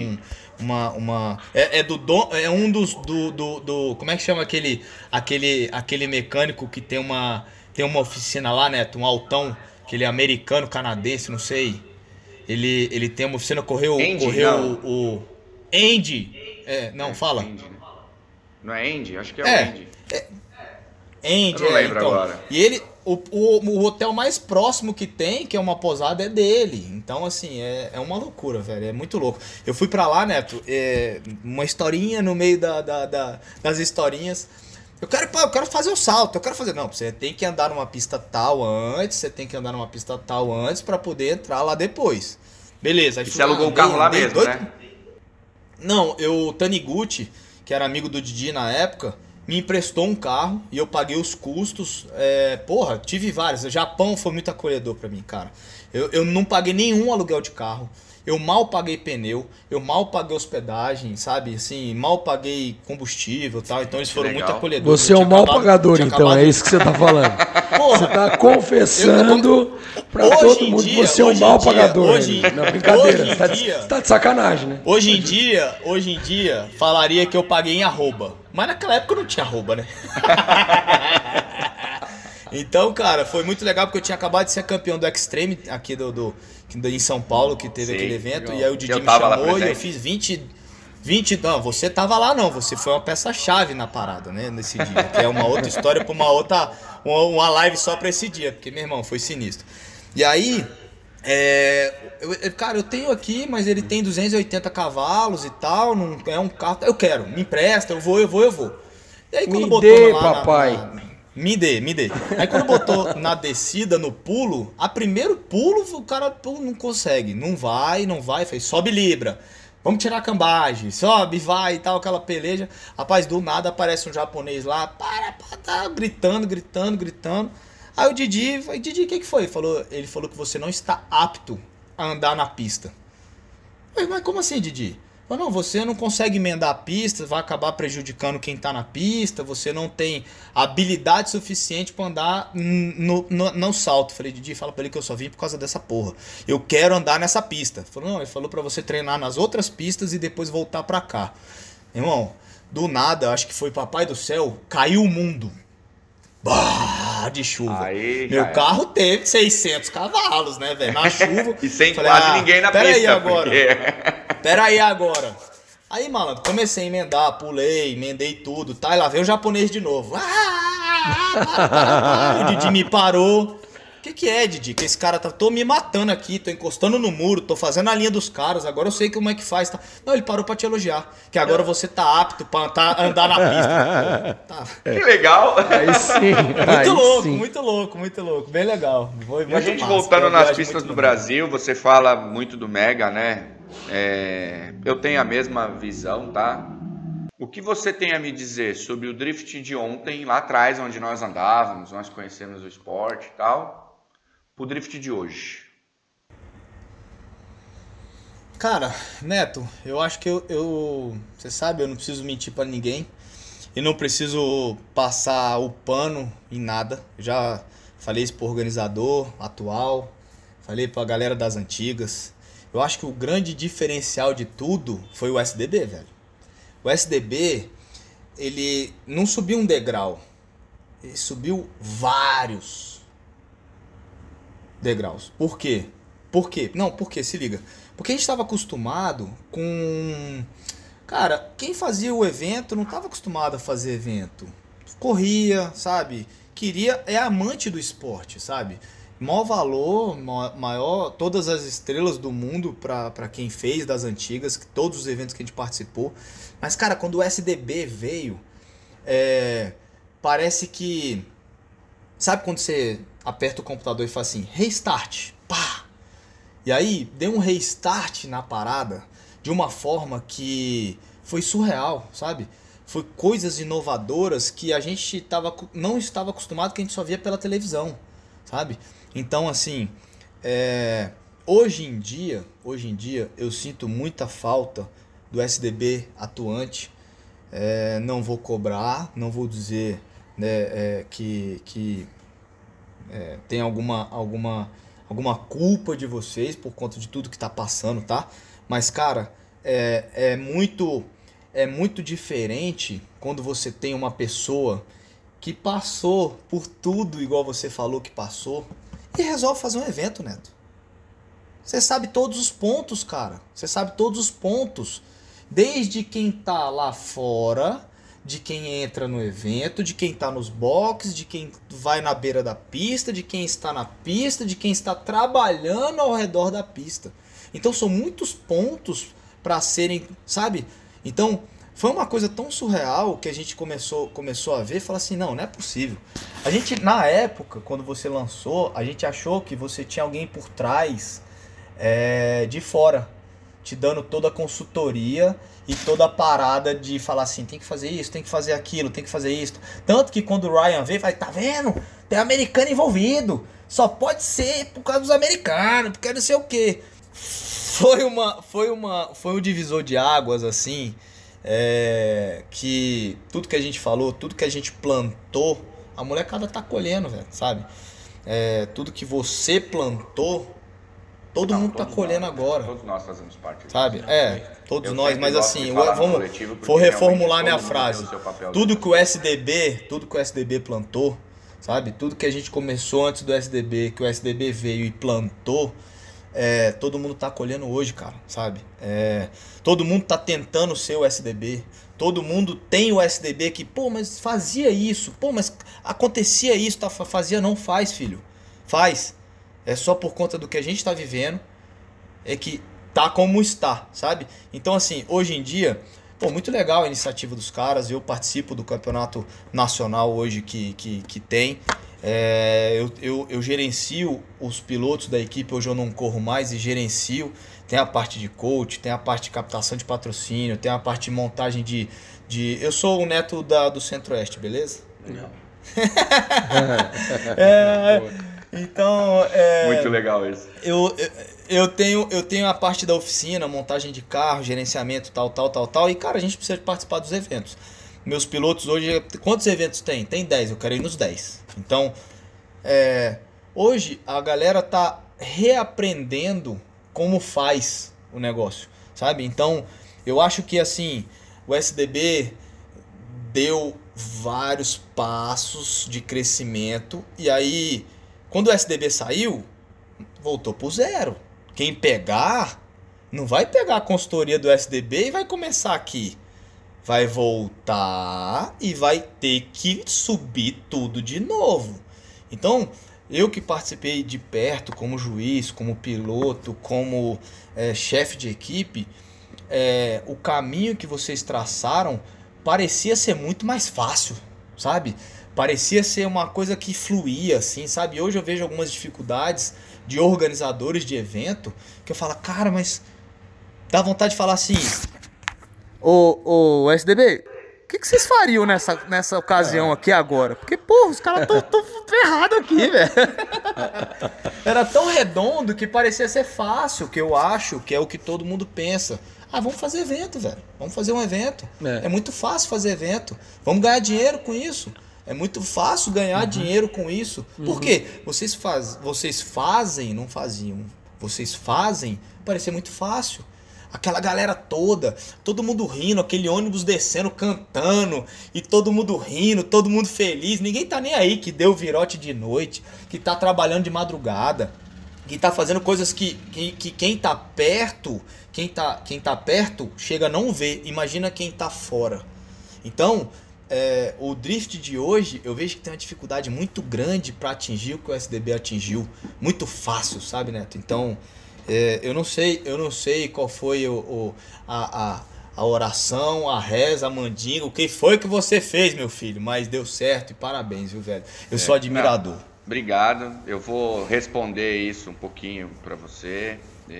é um dos como é que chama aquele mecânico que tem uma oficina lá, Neto, um altão, aquele americano, canadense, não sei. Ele tem uma oficina, correu o Andy. Fala. Andy, né? Não é Andy? Acho que é o Andy. Andy, eu não lembro então. agora. E ele, o hotel mais próximo que tem, que é uma pousada, é dele. Então, assim, é uma loucura, velho. É muito louco. Eu fui pra lá, Neto, uma historinha no meio das historinhas. Eu quero fazer o salto, Não, você tem que andar numa pista tal antes, pra poder entrar lá depois. Beleza. Aí e você alugou o carro lá mesmo, né? Não, o Taniguchi, que era amigo do Didi na época, me emprestou um carro e eu paguei os custos. Tive vários. O Japão foi muito acolhedor pra mim, cara. Eu não paguei nenhum aluguel de carro. Eu mal paguei pneu. Eu mal paguei hospedagem, sabe? Assim, mal paguei combustível e tal. Então eles foram muito acolhedores. Você é um mau pagador, então. É isso que você tá falando. Porra, você tá confessando pra todo mundo que você é um mau pagador. Não, brincadeira. Você tá de sacanagem, né? Hoje em dia, falaria que eu paguei em arroba. Mas naquela época eu não tinha arroba, né? Então, cara, foi muito legal porque eu tinha acabado de ser campeão do Extreme aqui em São Paulo, que teve aquele evento. Legal. E aí o Didi me chamou e eu fiz 20... Não, você tava lá não, você foi uma peça-chave na parada, né, nesse dia. Que é uma outra história pra uma live só pra esse dia, porque, meu irmão, foi sinistro. E aí... cara, eu tenho aqui, mas ele tem 280 cavalos e tal, não é um carro, eu quero, me empresta, eu vou. E aí quando botou lá papai. Me dê. Aí quando botou na descida, no pulo, a primeiro pulo, o cara não consegue, não vai, fez, sobe Libra, vamos tirar a cambagem, sobe, vai e tal, aquela peleja. Rapaz, do nada aparece um japonês lá, tá gritando. Aí o Didi, o que foi? Ele falou que você não está apto a andar na pista. Mas como assim, Didi? Não, você não consegue emendar a pista, vai acabar prejudicando quem tá na pista, você não tem habilidade suficiente para andar no salto. Falei, Didi, fala pra ele que eu só vim por causa dessa porra. Eu quero andar nessa pista. Ele falou pra você treinar nas outras pistas e depois voltar pra cá. Irmão, do nada, acho que foi Papai do Céu, caiu o mundo. De chuva. Aí, meu carro teve 600 cavalos, né, velho? Na chuva. E sem quase ninguém na pista. Pera aí agora. Aí, malandro, comecei a emendar, pulei, emendei tudo, tá? E lá veio o japonês de novo. O Didi me parou. O que é, Didi? Que esse cara tô me matando aqui, tô encostando no muro, tô fazendo a linha dos caras, agora eu sei como é que faz. Tá? Não, ele parou pra te elogiar, que agora você tá apto pra andar na pista. Tá. Que legal! Aí sim. Muito louco, bem legal. E a gente voltando nas pistas do Brasil, você fala muito do Mega, né? Eu tenho a mesma visão, tá? O que você tem a me dizer sobre o drift de ontem, lá atrás, onde nós andávamos, nós conhecemos o esporte e tal, pro drift de hoje? Cara, Neto, eu acho que você sabe, eu não preciso mentir pra ninguém e não preciso passar o pano em nada. Já falei isso pro organizador atual, falei pra galera das antigas. Eu acho que o grande diferencial de tudo foi o SDB, velho. O SDB, ele não subiu um degrau, ele subiu vários degraus. Por quê? Por quê? Não, por quê? Se liga. Porque a gente estava acostumado com... Cara, quem fazia o evento não estava acostumado a fazer evento. Corria, sabe? Queria... É amante do esporte, sabe? Maior valor, maior... Todas as estrelas do mundo para quem fez das antigas, todos os eventos que a gente participou. Mas, cara, quando o SDB veio, parece que... Sabe quando você aperta o computador e faz assim, restart, pá! E aí, deu um restart na parada de uma forma que foi surreal, sabe? Foi coisas inovadoras que a gente não estava acostumado, que a gente só via pela televisão, sabe? Então, assim, hoje em dia, eu sinto muita falta do SDB atuante. Não vou cobrar, não vou dizer, né, que tem alguma culpa de vocês por conta de tudo que tá passando, tá? Mas, cara, é muito diferente quando você tem uma pessoa que passou por tudo igual você falou que passou e resolve fazer um evento, Neto. Você sabe todos os pontos, cara. Você sabe todos os pontos. Desde quem tá lá fora, de quem entra no evento, de quem tá nos boxes, de quem vai na beira da pista, de quem está na pista, de quem está trabalhando ao redor da pista. Então são muitos pontos para serem, sabe? Então foi uma coisa tão surreal que a gente começou a ver e falar assim, não é possível. A gente, na época, quando você lançou, a gente achou que você tinha alguém por trás, de fora, te dando toda a consultoria e toda a parada de falar assim, tem que fazer isso, tem que fazer aquilo, tem que fazer isso. Tanto que quando o Ryan veio, vai, tá vendo? Tem americano envolvido. Só pode ser por causa dos americanos, porque não sei o quê. Foi um divisor de águas, assim, que tudo que a gente falou, tudo que a gente plantou, a molecada tá colhendo, velho, sabe? Tudo que você plantou, todo mundo tá colhendo agora. Todos nós fazemos parte disso. Sabe? Todos nós, mas assim, vou reformular minha frase. Tudo que o SDB plantou, sabe? Tudo que a gente começou antes do SDB, que o SDB veio e plantou, todo mundo tá colhendo hoje, cara, sabe? Todo mundo tá tentando ser o SDB. Todo mundo tem o SDB que, pô, mas fazia isso, pô, mas acontecia isso, tá? Fazia, não faz, filho. Faz. É só por conta do que a gente está vivendo que tá como está, sabe? Então, assim, hoje em dia, pô, muito legal a iniciativa dos caras. Eu participo do campeonato nacional hoje que tem. Eu gerencio os pilotos da equipe, hoje eu não corro mais e gerencio. Tem a parte de coach, tem a parte de captação de patrocínio, tem a parte de montagem de... Eu sou o neto do Centro-Oeste, beleza? Legal. Então, muito legal isso. Eu tenho a parte da oficina, montagem de carro, gerenciamento, tal. E, cara, a gente precisa participar dos eventos. Meus pilotos hoje, quantos eventos tem? Tem 10, eu quero ir nos 10. Então, hoje a galera tá reaprendendo como faz o negócio, sabe? Então, eu acho que, assim, o SDB deu vários passos de crescimento e aí... Quando o SDB saiu, voltou pro zero. Quem pegar, não vai pegar a consultoria do SDB e vai começar aqui. Vai voltar e vai ter que subir tudo de novo. Então, eu que participei de perto como juiz, como piloto, como chefe de equipe, o caminho que vocês traçaram parecia ser muito mais fácil, sabe? Parecia ser uma coisa que fluía, assim, sabe? Hoje eu vejo algumas dificuldades de organizadores de evento que eu falo, cara, mas dá vontade de falar assim, ô SDB, o que vocês fariam nessa ocasião aqui agora? Porque, porra, os caras tão ferrados aqui, velho. Era tão redondo que parecia ser fácil, que eu acho que é o que todo mundo pensa. Vamos fazer evento, velho. Vamos fazer um evento. É muito fácil fazer evento. Vamos ganhar dinheiro com isso. É muito fácil ganhar dinheiro com isso. Por quê? Vocês fazem, não faziam. Vocês fazem parecer muito fácil. Aquela galera toda, todo mundo rindo, aquele ônibus descendo, cantando, e todo mundo rindo, todo mundo feliz. Ninguém tá nem aí que deu virote de noite, que tá trabalhando de madrugada, que tá fazendo coisas que quem tá perto, quem tá perto chega a não ver. Imagina quem tá fora. Então, o drift de hoje, eu vejo que tem uma dificuldade muito grande para atingir o que o SDB atingiu. Muito fácil, sabe, Neto? Então, eu não sei qual foi a oração, a reza, a mandinga, o que foi que você fez, meu filho, mas deu certo e parabéns, viu, velho? Eu sou admirador. Não, obrigado. Eu vou responder isso um pouquinho para você.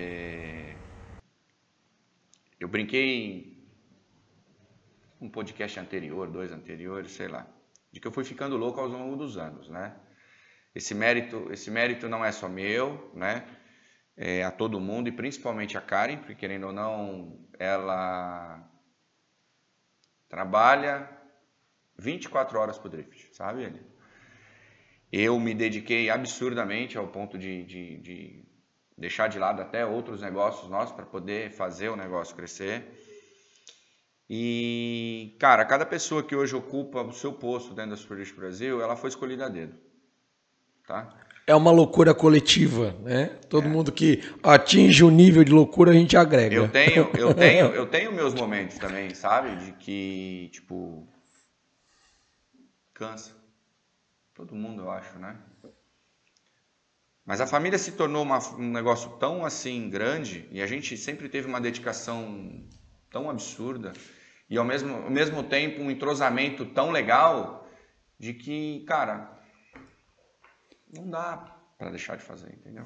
Eu brinquei um podcast anterior, 2 anteriores, sei lá, de que eu fui ficando louco ao longo dos anos, né? Esse mérito não é só meu, né? A todo mundo e principalmente a Karen, porque querendo ou não, ela trabalha 24 horas pro drift, sabe? Eu me dediquei absurdamente ao ponto de deixar de lado até outros negócios nossos para poder fazer o negócio crescer. E, cara, cada pessoa que hoje ocupa o seu posto dentro da Super Brasil, ela foi escolhida a dedo, tá? É uma loucura coletiva, né? Todo mundo que atinge o nível de loucura, a gente agrega. Eu tenho meus momentos também, sabe? De que, tipo, cansa. Todo mundo, eu acho, né? Mas a família se tornou um negócio tão, assim, grande e a gente sempre teve uma dedicação tão absurda e ao mesmo tempo um entrosamento tão legal de que, cara, não dá pra deixar de fazer, entendeu?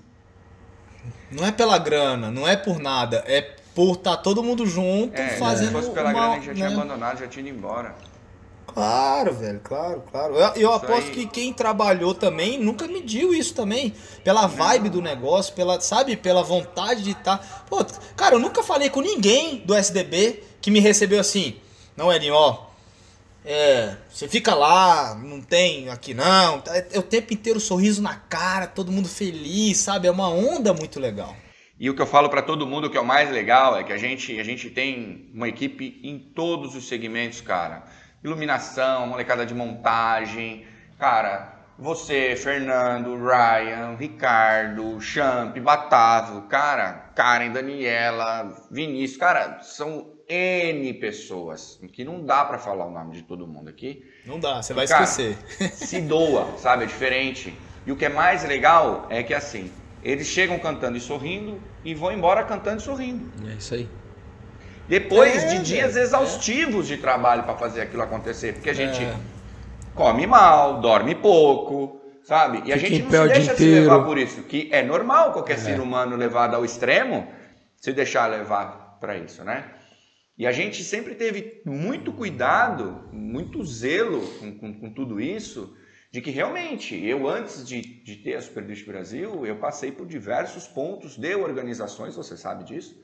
Não é pela grana, não é por nada, é por estar todo mundo junto fazendo. Se fosse pela grana, a gente já tinha abandonado, já tinha ido embora. Claro, velho, claro. Eu aposto que quem trabalhou também nunca mediu isso também. Pela vibe do negócio, pela vontade de estar. Pô, cara, eu nunca falei com ninguém do SDB que me recebeu assim. Não, Elinho, ó. Você fica lá, não tem aqui não. É o tempo inteiro sorriso na cara, todo mundo feliz, sabe? É uma onda muito legal. E o que eu falo para todo mundo, que é o mais legal, é que a gente tem uma equipe em todos os segmentos, cara. Iluminação, molecada de montagem, cara, você, Fernando, Ryan, Ricardo, Champ, Batavo, cara, Karen, Daniela, Vinícius, cara, são N pessoas, que não dá pra falar o nome de todo mundo aqui. Não dá, você vai esquecer. Se doa, sabe, é diferente. E o que é mais legal é que assim, eles chegam cantando e sorrindo e vão embora cantando e sorrindo. É isso aí. Depois de dias exaustivos de trabalho para fazer aquilo acontecer, porque a gente come mal, dorme pouco, sabe? E a gente não se deixa se levar por isso, que é normal qualquer ser humano levado ao extremo se deixar levar para isso, né? E a gente sempre teve muito cuidado, muito zelo com tudo isso, de que realmente, eu antes de ter a Super Drift Brasil, eu passei por diversos pontos de organizações, você sabe disso,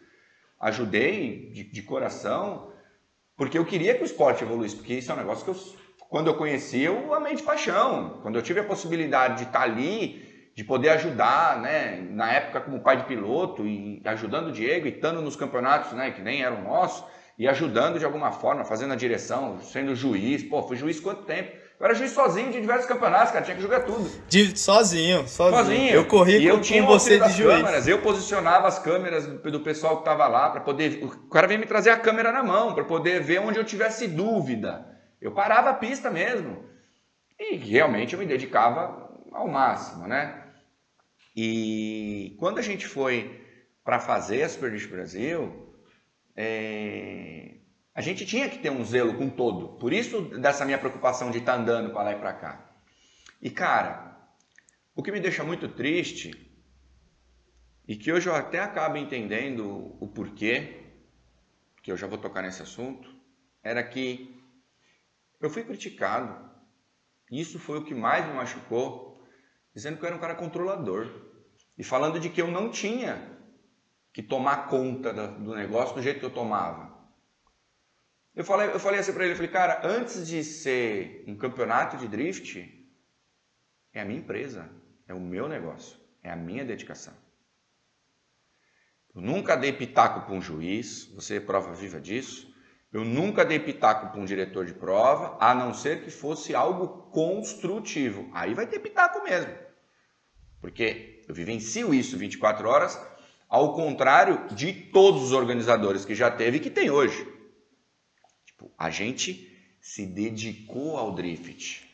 ajudei de coração, porque eu queria que o esporte evoluísse, porque isso é um negócio que quando eu conheci, eu amei de paixão. Quando eu tive a possibilidade de estar ali, de poder ajudar, né, na época como pai de piloto, e ajudando o Diego, e estando nos campeonatos, né, que nem eram nossos, e ajudando de alguma forma, fazendo a direção, sendo juiz. Pô, fui juiz quanto tempo? Eu era juiz sozinho de diversos campeonatos, cara, tinha que jogar tudo. Sozinho. Eu corri com você de juiz. Câmeras, eu posicionava as câmeras do pessoal que estava lá, para poder... O cara veio me trazer a câmera na mão, para poder ver onde eu tivesse dúvida. Eu parava a pista mesmo. E realmente eu me dedicava ao máximo, né? E quando a gente foi para fazer a Super Drift Brasil, a gente tinha que ter um zelo com todo. Por isso dessa minha preocupação de estar andando para lá e para cá. E cara, o que me deixa muito triste, e que hoje eu até acabo entendendo o porquê, que eu já vou tocar nesse assunto, era que eu fui criticado. Isso foi o que mais me machucou, dizendo que eu era um cara controlador. E falando de que eu não tinha que tomar conta do negócio do jeito que eu tomava. Eu falei assim pra ele, eu falei, cara, antes de ser um campeonato de drift, é a minha empresa, é o meu negócio, é a minha dedicação. Eu nunca dei pitaco para um juiz, você é prova viva disso. Eu nunca dei pitaco para um diretor de prova, a não ser que fosse algo construtivo. Aí vai ter pitaco mesmo. Porque eu vivencio isso 24 horas, ao contrário de todos os organizadores que já teve e que tem hoje. Tipo, a gente se dedicou ao drift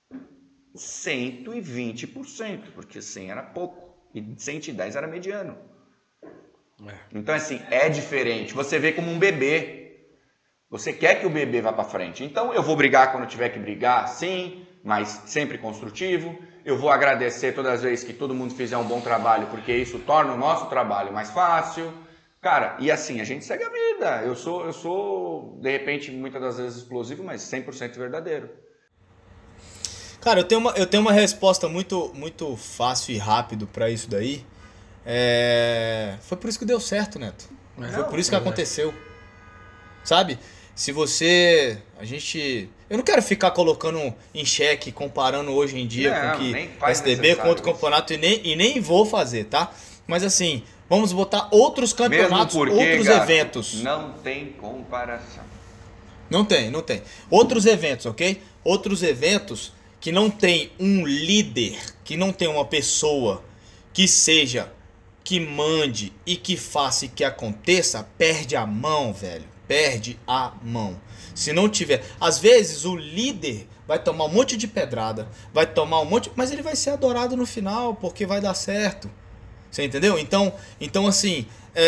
120%, porque 100 era pouco e 110 era mediano. Então, assim, é diferente. Você vê como um bebê. Você quer que o bebê vá para frente. Então, eu vou brigar quando tiver que brigar, sim, mas sempre construtivo. Eu vou agradecer todas as vezes que todo mundo fizer um bom trabalho, porque isso torna o nosso trabalho mais fácil. Cara, e assim, a gente segue a vida. Eu sou de repente, muitas das vezes explosivo, mas 100% verdadeiro. Cara, eu tenho uma resposta muito fácil e rápido para isso daí. Foi por isso que deu certo, Neto. Foi por isso que aconteceu. Sabe? Se você... Eu não quero ficar colocando em xeque, comparando hoje em dia com que SDB com outro campeonato e nem vou fazer, tá? Mas assim, vamos botar outros campeonatos, outros eventos. Não tem comparação. Não tem. Outros eventos, ok? Outros eventos que não tem um líder, que não tem uma pessoa que mande e que faça e que aconteça, perde a mão, velho. Perde a mão. Se não tiver... Às vezes o líder vai tomar um monte de pedrada, mas ele vai ser adorado no final, porque vai dar certo. Você entendeu? Então assim,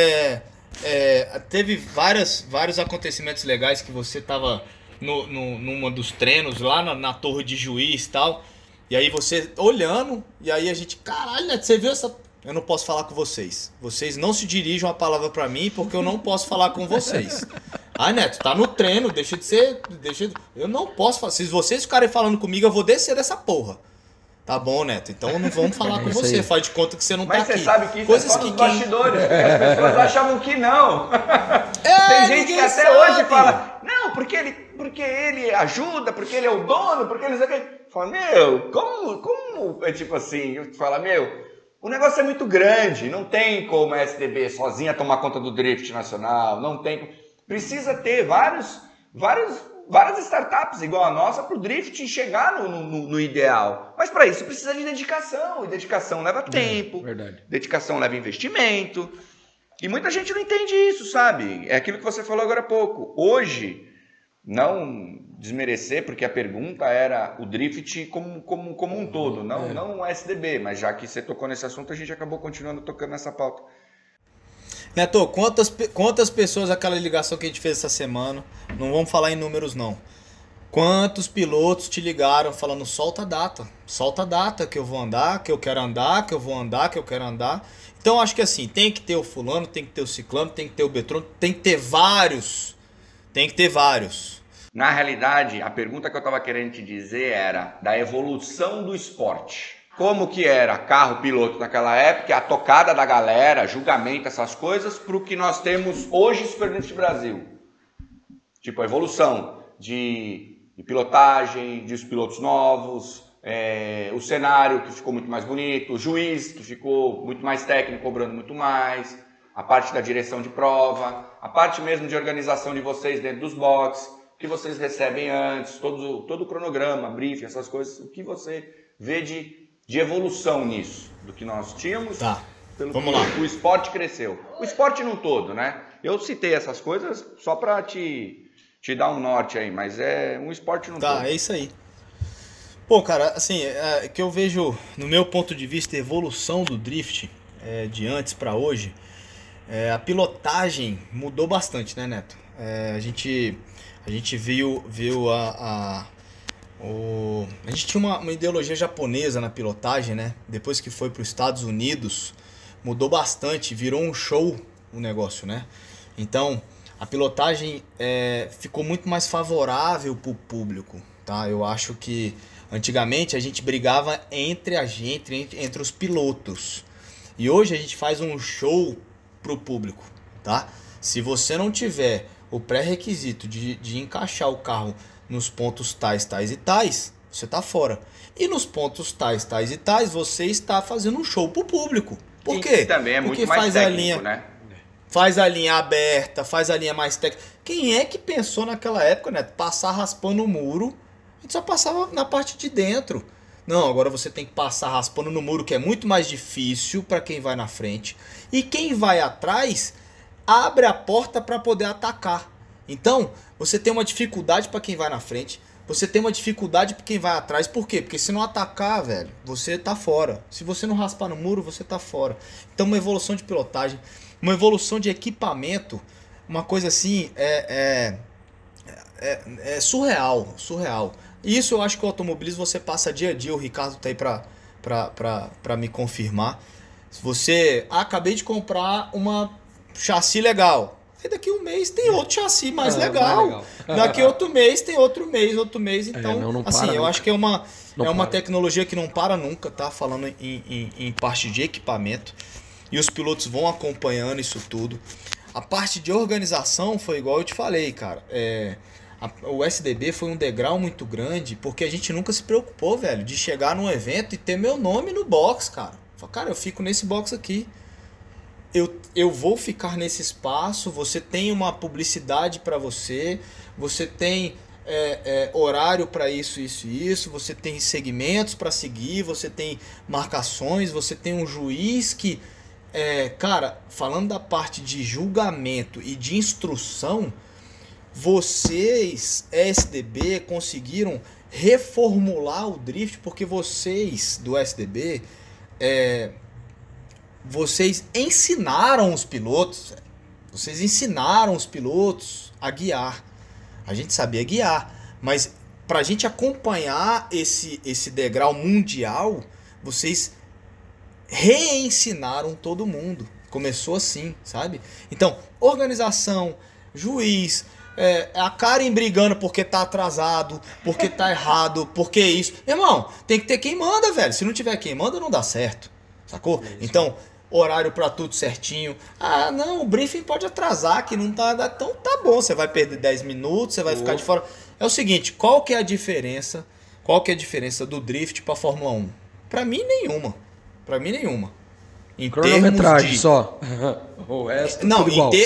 teve vários acontecimentos legais que você tava numa dos treinos, lá na torre de juiz e tal, e aí você olhando, e aí a gente, caralho, Neto, você viu essa... Eu não posso falar com vocês. Vocês não se dirijam a palavra pra mim, porque eu não posso falar com vocês. Ah, Neto, tá no treino, deixa de ser... Eu não posso falar. Se vocês ficarem falando comigo, eu vou descer dessa porra. Tá bom, Neto, então não vamos falar com você. Faz de conta que você não tá aqui. Mas você sabe que isso é só nos bastidores, porque as pessoas achavam que não. Tem gente que até hoje fala, não, porque ele ajuda, porque ele é o dono, porque ele... Fala, meu, como... É tipo assim, fala, meu... O negócio é muito grande, não tem como a SDB sozinha tomar conta do drift nacional, não tem... Precisa ter várias startups igual a nossa para o drift chegar no ideal. Mas para isso precisa de dedicação, e dedicação leva tempo, dedicação leva investimento, e muita gente não entende isso, sabe? É aquilo que você falou agora há pouco. Hoje, não desmerecer, porque a pergunta era o drift como um todo, não o SDB, mas já que você tocou nesse assunto, a gente acabou continuando tocando nessa pauta. Neto, quantas pessoas aquela ligação que a gente fez essa semana, não vamos falar em números não, quantos pilotos te ligaram falando solta a data que eu vou andar, que eu quero andar, que eu vou andar, que eu quero andar. Então acho que assim, tem que ter o fulano, tem que ter o ciclano, tem que ter o Betrônio, tem que ter vários. Na realidade, a pergunta que eu estava querendo te dizer era da evolução do esporte. Como que era carro piloto naquela época, a tocada da galera, julgamento, essas coisas, para o que nós temos hoje Super Drift Brasil. Tipo, a evolução de pilotagem, de os pilotos novos, o cenário que ficou muito mais bonito, o juiz que ficou muito mais técnico, cobrando muito mais, a parte da direção de prova, a parte mesmo de organização de vocês dentro dos boxes, o que vocês recebem antes, todo o cronograma, briefing, essas coisas, o que você vê de evolução nisso, do que nós tínhamos, vamos lá. O esporte cresceu. O esporte no todo, né? Eu citei essas coisas só para te dar um norte aí, mas é um esporte no todo. Tá, é isso aí. Bom, cara, assim, que eu vejo, no meu ponto de vista, a evolução do drift de antes para hoje, a pilotagem mudou bastante, né, Neto? A gente viu a gente tinha uma ideologia japonesa na pilotagem, né? Depois que foi para os Estados Unidos, mudou bastante, virou um show o negócio, né? Então, a pilotagem ficou muito mais favorável para o público, tá? Eu acho que antigamente a gente brigava entre os pilotos. E hoje a gente faz um show pro público, tá? Se você não tiver o pré-requisito de encaixar o carro nos pontos tais, tais e tais, você tá fora. E nos pontos tais, tais e tais, você está fazendo um show pro público. Por quê? E também é Porque muito mais faz técnico, a linha, né? faz a linha aberta, faz a linha mais técnica. Quem é que pensou naquela época, né? Passar raspando o muro, a gente só passava na parte de dentro. Não, agora você tem que passar raspando no muro, que é muito mais difícil para quem vai na frente. E quem vai atrás abre a porta para poder atacar. Então, você tem uma dificuldade para quem vai na frente, você tem uma dificuldade para quem vai atrás. Por quê? Porque se não atacar, velho, você tá fora. Se você não raspar no muro, você tá fora. Então, uma evolução de pilotagem, uma evolução de equipamento, uma coisa assim, é surreal, surreal. Isso eu acho que o automobilismo você passa dia a dia, o Ricardo tá aí pra me confirmar. Se você, acabei de comprar uma chassi legal, aí daqui um mês tem outro chassi mais legal. Daqui outro mês tem outro mês, então, não assim, para, eu né? acho que é uma para. tecnologia que não para nunca, tá? Falando em parte de equipamento, e os pilotos vão acompanhando isso tudo. A parte de organização foi igual eu te falei, cara, o SDB foi um degrau muito grande, porque a gente nunca se preocupou, velho, de chegar num evento e ter meu nome no box, cara. Falei, cara, eu fico nesse box aqui. Eu vou ficar nesse espaço, você tem uma publicidade para você tem horário para isso, você tem segmentos para seguir, você tem marcações, você tem um juiz que... cara, falando da parte de julgamento e de instrução... Vocês, SDB, conseguiram reformular o drift, porque vocês do SDB, vocês ensinaram os pilotos, vocês ensinaram os pilotos a guiar. A gente sabia guiar, mas para a gente acompanhar esse degrau mundial, vocês reensinaram todo mundo. Começou assim, sabe? Então, organização, juiz... a Karen brigando porque tá atrasado, porque tá errado, porque isso. Irmão, tem que ter quem manda, velho. Se não tiver quem manda, não dá certo. Sacou? Então, horário pra tudo certinho. Ah, não, o briefing pode atrasar, que não tá... Então tá bom, você vai perder 10 minutos, você vai ficar de fora. É o seguinte, qual que é a diferença? Qual que é a diferença do drift pra Fórmula 1? Pra mim, nenhuma. Pra mim, nenhuma. Em cronometragem só. O resto não, tudo igual.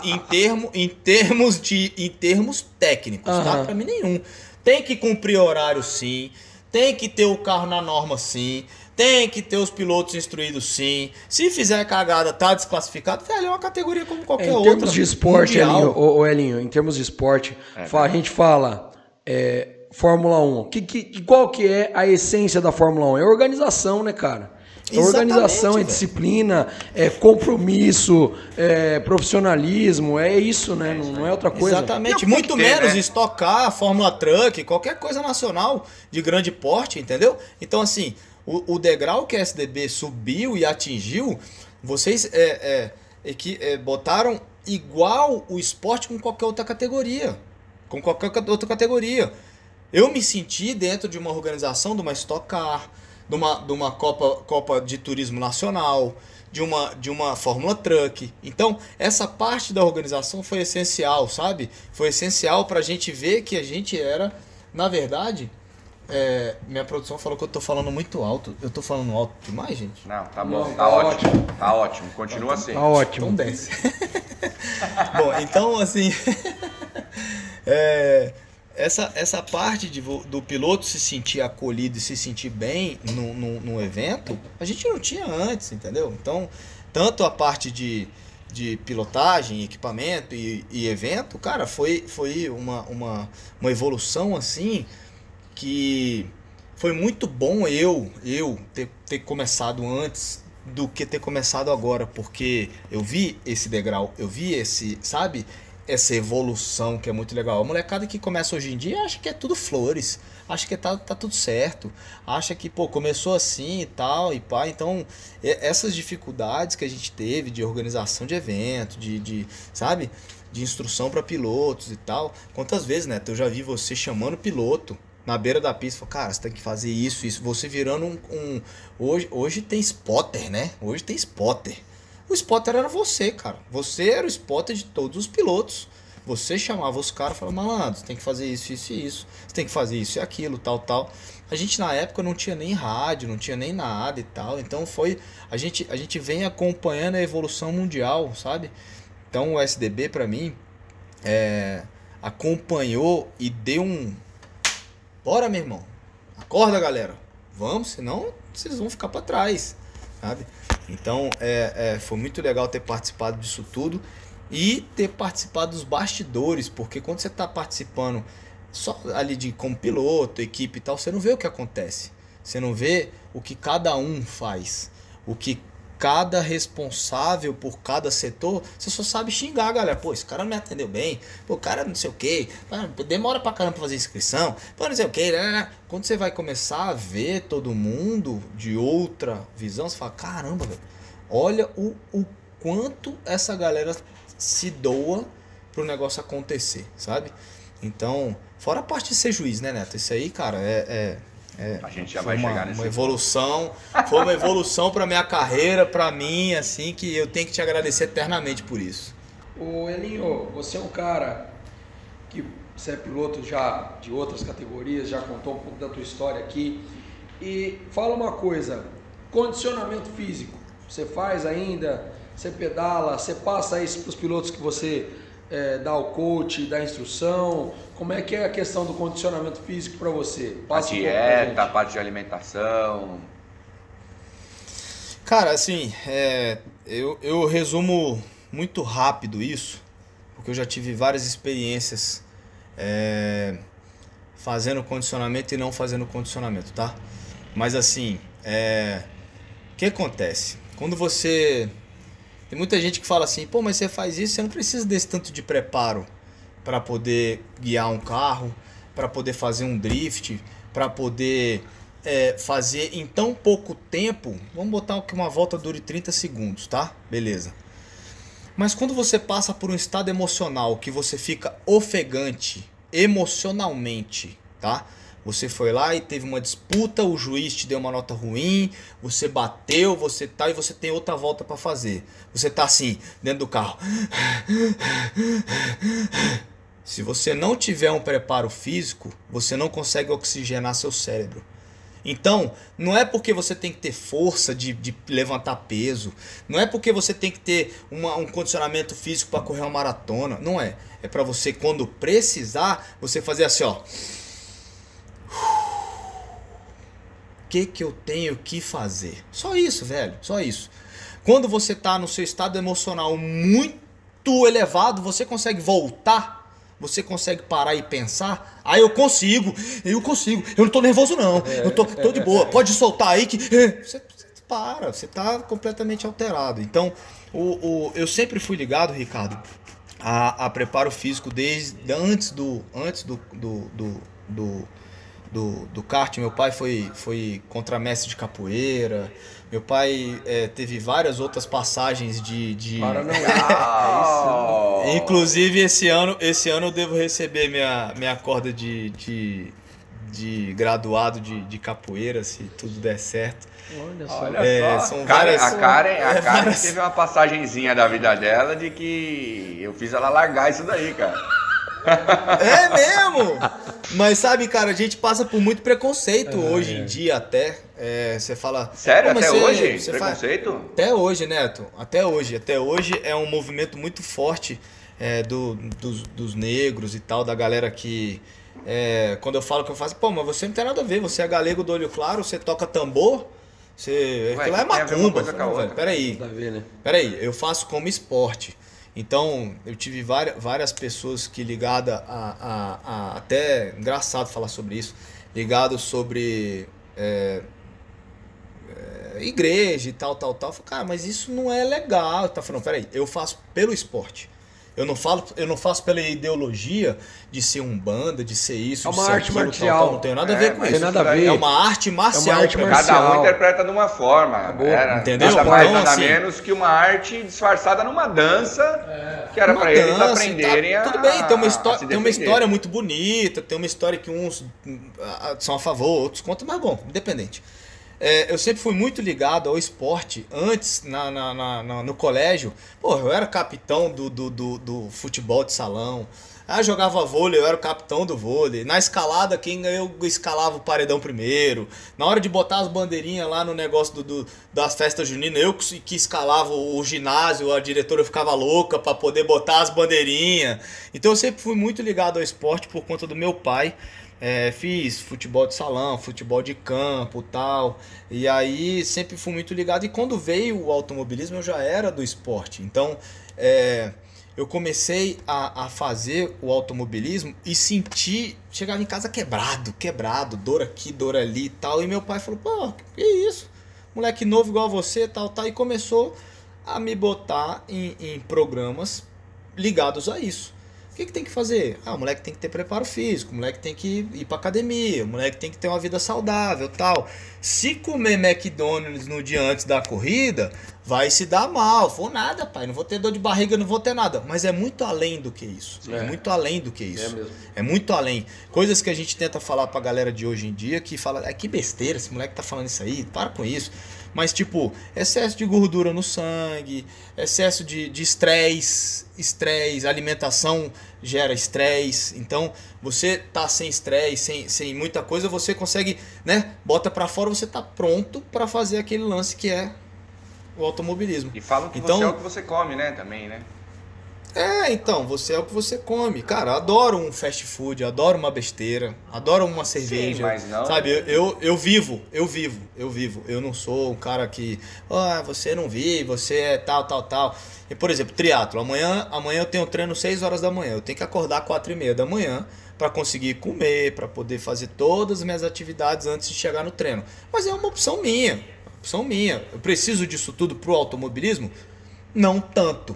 em termos técnicos, tá? Pra mim nenhum. Tem que cumprir horário sim, tem que ter o carro na norma sim, tem que ter os pilotos instruídos sim. Se fizer cagada, tá desclassificado, velho, é uma categoria como qualquer outra. Em termos de esporte, Elinho, em termos de esporte, a gente fala Fórmula 1. Qual que é a essência da Fórmula 1? É organização, né, cara? É organização, é disciplina, é compromisso, é profissionalismo, é isso, né? Não é outra coisa. Exatamente. Muito menos Stock Car, Fórmula Truck, qualquer coisa nacional de grande porte, entendeu? Então, assim, o degrau que a SDB subiu e atingiu, vocês botaram igual o esporte com qualquer outra categoria. Com qualquer outra categoria. Eu me senti dentro de uma organização, de uma Stock Car, de uma Copa de Turismo Nacional, de uma Fórmula Truck. Então, essa parte da organização foi essencial, sabe? Foi essencial para a gente ver que a gente era, na verdade... minha produção falou que eu tô falando muito alto. Eu tô falando alto demais, gente? Não, tá bom, tá ótimo. Tá ótimo, continua assim. Tá ótimo. Então desce. Bom, então assim... Essa parte do piloto se sentir acolhido e se sentir bem no evento, a gente não tinha antes, entendeu? Então, tanto a parte de pilotagem, equipamento e evento, cara, foi uma evolução assim que foi muito bom eu ter começado antes do que ter começado agora, porque eu vi esse degrau, eu vi essa evolução que é muito legal. A molecada que começa hoje em dia acha que é tudo flores, acha que tá tudo certo, acha que começou assim e tal, e pá. Então, essas dificuldades que a gente teve de organização de evento, de instrução para pilotos e tal, quantas vezes, né, eu já vi você chamando piloto na beira da pista, falou, cara, você tem que fazer isso, você virando hoje tem spotter, né? Hoje tem spotter. O spotter era você, cara. Você era o spotter de todos os pilotos. Você chamava os caras e falava, malandro, você tem que fazer isso, isso e isso. Você tem que fazer isso e aquilo, tal, tal. A gente na época não tinha nem rádio, não tinha nem nada e tal. Então a gente vem acompanhando a evolução mundial, sabe? Então o SDB pra mim acompanhou e deu um... Bora, meu irmão. Acorda, galera. Vamos, senão vocês vão ficar pra trás, sabe? Então foi muito legal ter participado disso tudo e ter participado dos bastidores, porque quando você tá participando só ali como piloto, equipe e tal, você não vê o que acontece. Você não vê o que cada um faz. O que cada responsável por cada setor, você só sabe xingar, galera. Pô, esse cara não me atendeu bem. Pô, o cara não sei o que. Demora pra caramba pra fazer inscrição. Pô, não sei o que. Quando você vai começar a ver todo mundo de outra visão, você fala, caramba, velho. Olha o quanto essa galera se doa pro negócio acontecer, sabe? Então, fora a parte de ser juiz, né, Neto? Isso aí, cara, a gente já vai chegar nesse uma evolução. Foi uma evolução pra minha carreira, pra mim, assim, que eu tenho que te agradecer eternamente por isso. Ô Elinho, você é um cara que você é piloto já de outras categorias, já contou um pouco da tua história aqui. E fala uma coisa, condicionamento físico, você faz ainda? Você pedala? Você passa isso para os pilotos que você dá o coach, dá a instrução? Como é que é a questão do condicionamento físico para você? Passa a dieta, a parte de alimentação. Cara, assim, eu resumo muito rápido isso, porque eu já tive várias experiências fazendo condicionamento e não fazendo condicionamento, tá? Mas assim, o que acontece? Quando você... Tem muita gente que fala assim, pô, mas você faz isso, você não precisa desse tanto de preparo para poder guiar um carro, para poder fazer um drift, para poder fazer em tão pouco tempo. Vamos botar que uma volta dure 30 segundos, tá? Beleza. Mas quando você passa por um estado emocional que você fica ofegante emocionalmente, tá? Você foi lá e teve uma disputa, o juiz te deu uma nota ruim, você bateu, e você tem outra volta para fazer. Você tá assim, dentro do carro. Se você não tiver um preparo físico, você não consegue oxigenar seu cérebro. Então, não é porque você tem que ter força de levantar peso, não é porque você tem que ter um condicionamento físico para correr uma maratona, não é. É para você, quando precisar, você fazer assim, ó. O que eu tenho que fazer? Só isso, velho, só isso. Quando você tá no seu estado emocional muito elevado, você consegue voltar, você consegue parar e pensar. Eu consigo, eu não tô nervoso não, eu tô de boa, pode soltar aí que... Você para, você tá completamente alterado. Então, eu sempre fui ligado, Ricardo, a preparo físico desde antes do kart. Meu pai foi contramestre de capoeira. Meu pai teve várias outras passagens de... Inclusive esse ano eu devo receber minha corda de graduado de capoeira, se tudo der certo. Olha só. São A Karen teve uma passagenzinha da vida dela de que eu fiz ela largar isso daí, cara. É mesmo? Mas sabe, cara, a gente passa por muito preconceito hoje em dia até. Você fala... Sério? Até hoje? Preconceito? Até hoje, Neto. Até hoje. Até hoje é um movimento muito forte dos negros e tal, da galera que... quando eu falo que eu faço... Pô, mas você não tem nada a ver. Você é galego do olho claro, você toca tambor... Aquilo lá é macumba. Peraí. Peraí, eu faço como esporte. Então, eu tive várias pessoas que ligadas até engraçado falar sobre isso, ligado sobre igreja e tal. Eu falei, cara, mas isso não é legal. Tá falando, peraí, eu faço pelo esporte. Eu não faço pela ideologia de ser umbanda, de ser isso, de ser aquilo, marcial. Não tenho nada a ver com isso. Nada a ver. É uma arte marcial. Cada um interpreta de uma forma. Entendeu? Nada mais, nada menos que uma arte disfarçada numa dança, que era para eles aprenderem Tudo bem, tem uma história muito bonita, tem uma história que uns são a favor, outros contra, mas bom, independente. eu sempre fui muito ligado ao esporte. Antes, no colégio, pô, eu era capitão do futebol de salão. Jogava vôlei, eu era o capitão do vôlei. Na escalada, eu escalava o paredão primeiro. Na hora de botar as bandeirinhas lá no negócio das festas juninas, eu que escalava o ginásio, a diretora ficava louca pra poder botar as bandeirinhas. Então eu sempre fui muito ligado ao esporte por conta do meu pai. Fiz futebol de salão, futebol de campo e tal. E aí sempre fui muito ligado. E quando veio o automobilismo, eu já era do esporte. Então, eu comecei a fazer o automobilismo e senti, chegava em casa quebrado, dor aqui, dor ali e tal. E meu pai falou, pô, que isso? Moleque novo igual a você, tal. E começou a me botar em programas ligados a isso. O que tem que fazer? O moleque tem que ter preparo físico, o moleque tem que ir pra academia, o moleque tem que ter uma vida saudável, tal. Se comer McDonald's no dia antes da corrida, vai se dar mal. Vou nada, pai, não vou ter dor de barriga, não vou ter nada. Mas é muito além do que isso. É muito além do que isso. Mesmo. É muito além. Coisas que a gente tenta falar pra galera de hoje em dia, que fala, que besteira, esse moleque tá falando isso aí, para com isso. Mas tipo, excesso de gordura no sangue, excesso de estresse, alimentação gera estresse. Então, você tá sem estresse, sem muita coisa, você consegue, né? Bota pra fora, você tá pronto pra fazer aquele lance que é o automobilismo. E falam que então, você é o que você come, né? Também, né? Então, você é o que você come. Cara, adoro um fast food, adoro uma besteira, adoro uma cerveja. Sim, mas não... Sabe, eu vivo. Eu não sou um cara que, você não vive, você é tal. E, por exemplo, triatlo. Amanhã eu tenho treino 6 horas da manhã. Eu tenho que acordar 4h30 da manhã para conseguir comer, para poder fazer todas as minhas atividades antes de chegar no treino. Mas é uma opção minha. Eu preciso disso tudo pro automobilismo? Não tanto,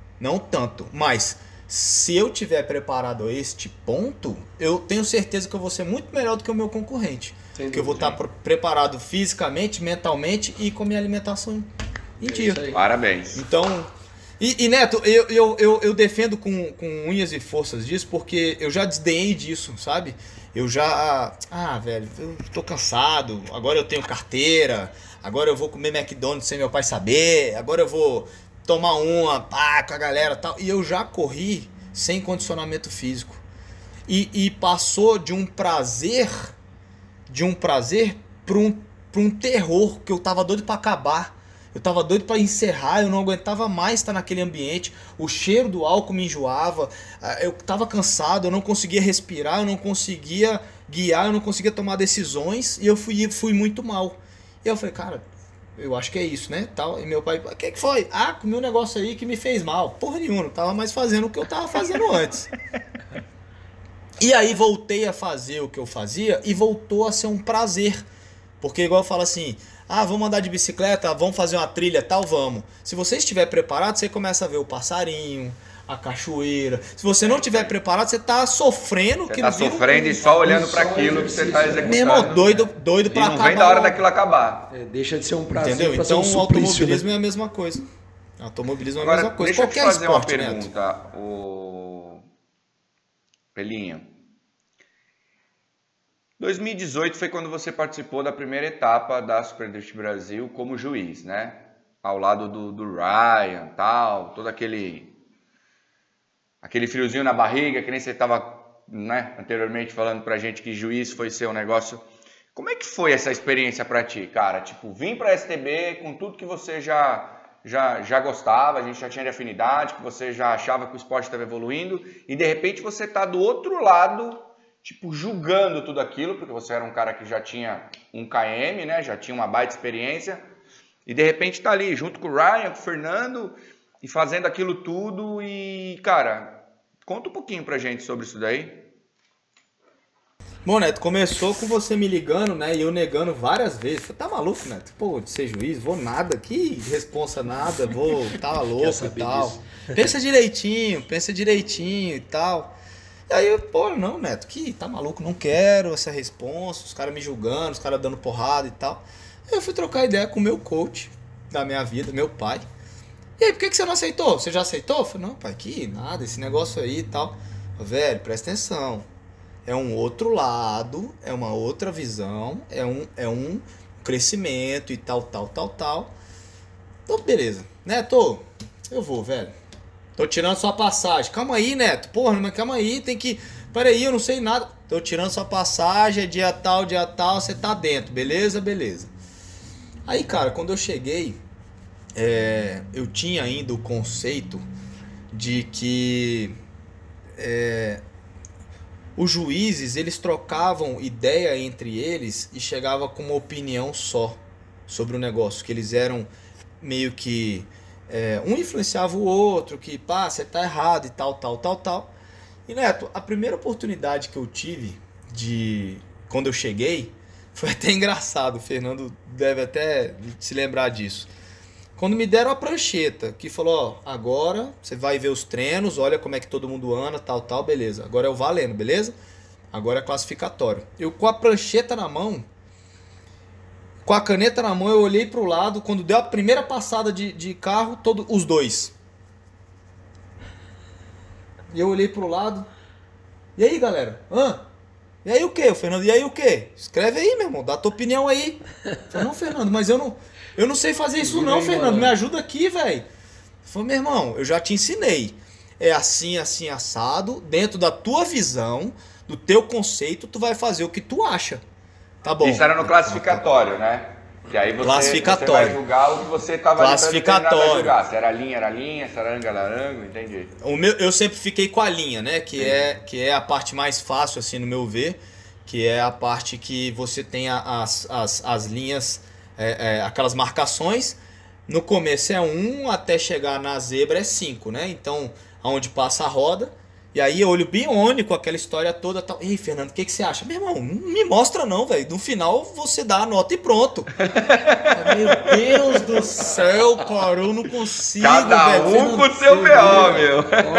mas se eu tiver preparado a este ponto, eu tenho certeza que eu vou ser muito melhor do que o meu concorrente. Porque eu vou estar preparado fisicamente, mentalmente e com a minha alimentação em dia. Parabéns. Então, e Neto, eu defendo com unhas e forças disso, porque eu já desdenhei disso, sabe? Eu já, velho, eu tô cansado, agora eu tenho carteira, agora eu vou comer McDonald's sem meu pai saber, agora eu vou tomar uma, com a galera e tal. E eu já corri sem condicionamento físico. E passou de um prazer para um terror, que eu tava doido para acabar. Eu tava doido para encerrar, eu não aguentava mais estar naquele ambiente. O cheiro do álcool me enjoava, eu tava cansado, eu não conseguia respirar, eu não conseguia guiar, eu não conseguia tomar decisões. E eu fui muito mal. E eu falei, cara, eu acho que é isso, né? Tal. E meu pai, o que foi? Comi um negócio aí que me fez mal. Porra nenhuma, não tava mais fazendo o que eu tava fazendo antes. E aí voltei a fazer o que eu fazia e voltou a ser um prazer. Porque igual eu falo assim, vamos andar de bicicleta, vamos fazer uma trilha, tal, vamos. Se você estiver preparado, você começa a ver o passarinho, a cachoeira. Se você não estiver preparado, você tá sofrendo. Você tá sofrendo e só olhando para aquilo que você tá executando. Mesmo doido pra acabar. Não vem da hora daquilo acabar. Deixa de ser um prazer. Entendeu? Então o automobilismo é a mesma coisa. O automobilismo é a mesma coisa. Deixa Qualquer eu te fazer esporte, uma pergunta, o Pelinho. 2018 foi quando você participou da primeira etapa da Super Drift Brasil como juiz, né? Ao lado do Ryan, tal, todo aquele friozinho na barriga, que nem você estava, né, anteriormente falando pra gente que juiz foi ser um negócio. Como é que foi essa experiência pra ti, cara? Tipo, vim pra STB com tudo que você já gostava, a gente já tinha de afinidade, que você já achava que o esporte estava evoluindo, e de repente você tá do outro lado, tipo, julgando tudo aquilo, porque você era um cara que já tinha um KM, né? Já tinha uma baita experiência. E de repente tá ali, junto com o Ryan, com o Fernando, e fazendo aquilo tudo. E, cara, conta um pouquinho pra gente sobre isso daí. Bom, Neto, começou com você me ligando, né? E eu negando várias vezes. Falei, tá maluco, Neto? Pô, de ser juiz, vou nada, que responsa nada, tá louco e tal. Disso. Pensa direitinho e tal. E aí, não, Neto, que tá maluco, não quero essa responsa, os caras me julgando, os caras dando porrada e tal. Aí eu fui trocar ideia com o meu coach da minha vida, meu pai. E aí, por que você não aceitou? Você já aceitou? Eu falei, não, pai, que nada, esse negócio aí e tal. Eu, velho, presta atenção. É um outro lado, é uma outra visão, é um crescimento e tal. Então, beleza. Neto, eu vou, velho. Tô tirando sua passagem. Calma aí, Neto. Porra, mas calma aí, tem que... Peraí, eu não sei nada. Tô tirando sua passagem, é dia tal, você tá dentro. Beleza? Aí, cara, quando eu cheguei, eu tinha ainda o conceito de que os juízes, eles trocavam ideia entre eles e chegavam com uma opinião só sobre o negócio, que eles eram meio que um influenciava o outro, que pá, você tá errado e tal. E Neto, a primeira oportunidade que eu tive quando eu cheguei, foi até engraçado, o Fernando deve até se lembrar disso. Quando me deram a prancheta, que falou, ó, agora você vai ver os treinos, olha como é que todo mundo anda, tal, beleza. Agora é o valendo, beleza? Agora é classificatório. Eu com a prancheta na mão, com a caneta na mão, eu olhei pro lado, quando deu a primeira passada de carro, os dois. E eu olhei pro lado, e aí, galera? E aí o quê? O Fernando, e aí o quê? Escreve aí, meu irmão, dá tua opinião aí. Eu falei, não, Fernando, mas eu não sei fazer isso não, Fernando, me ajuda aqui, velho. Eu falei, meu irmão, eu já te ensinei. É assim, assado, dentro da tua visão, do teu conceito, tu vai fazer o que tu acha. Tá bom. Isso era no classificatório, né? Que aí você vai julgar o que você estava classificatório. Julgar. Se era linha, se era anga, entendi. Eu sempre fiquei com a linha, né? Que é a parte mais fácil, assim, no meu ver. Que é a parte que você tem as linhas, aquelas marcações. No começo é 1, até chegar na zebra é 5, né? Então, aonde passa a roda. E aí, olho biônico, aquela história toda tal. Ei, Fernando, o que você acha? Meu irmão, não me mostra não, velho. No final, você dá a nota e pronto. Meu Deus do céu, cara, eu não consigo, Cada um com o seu BO, meu.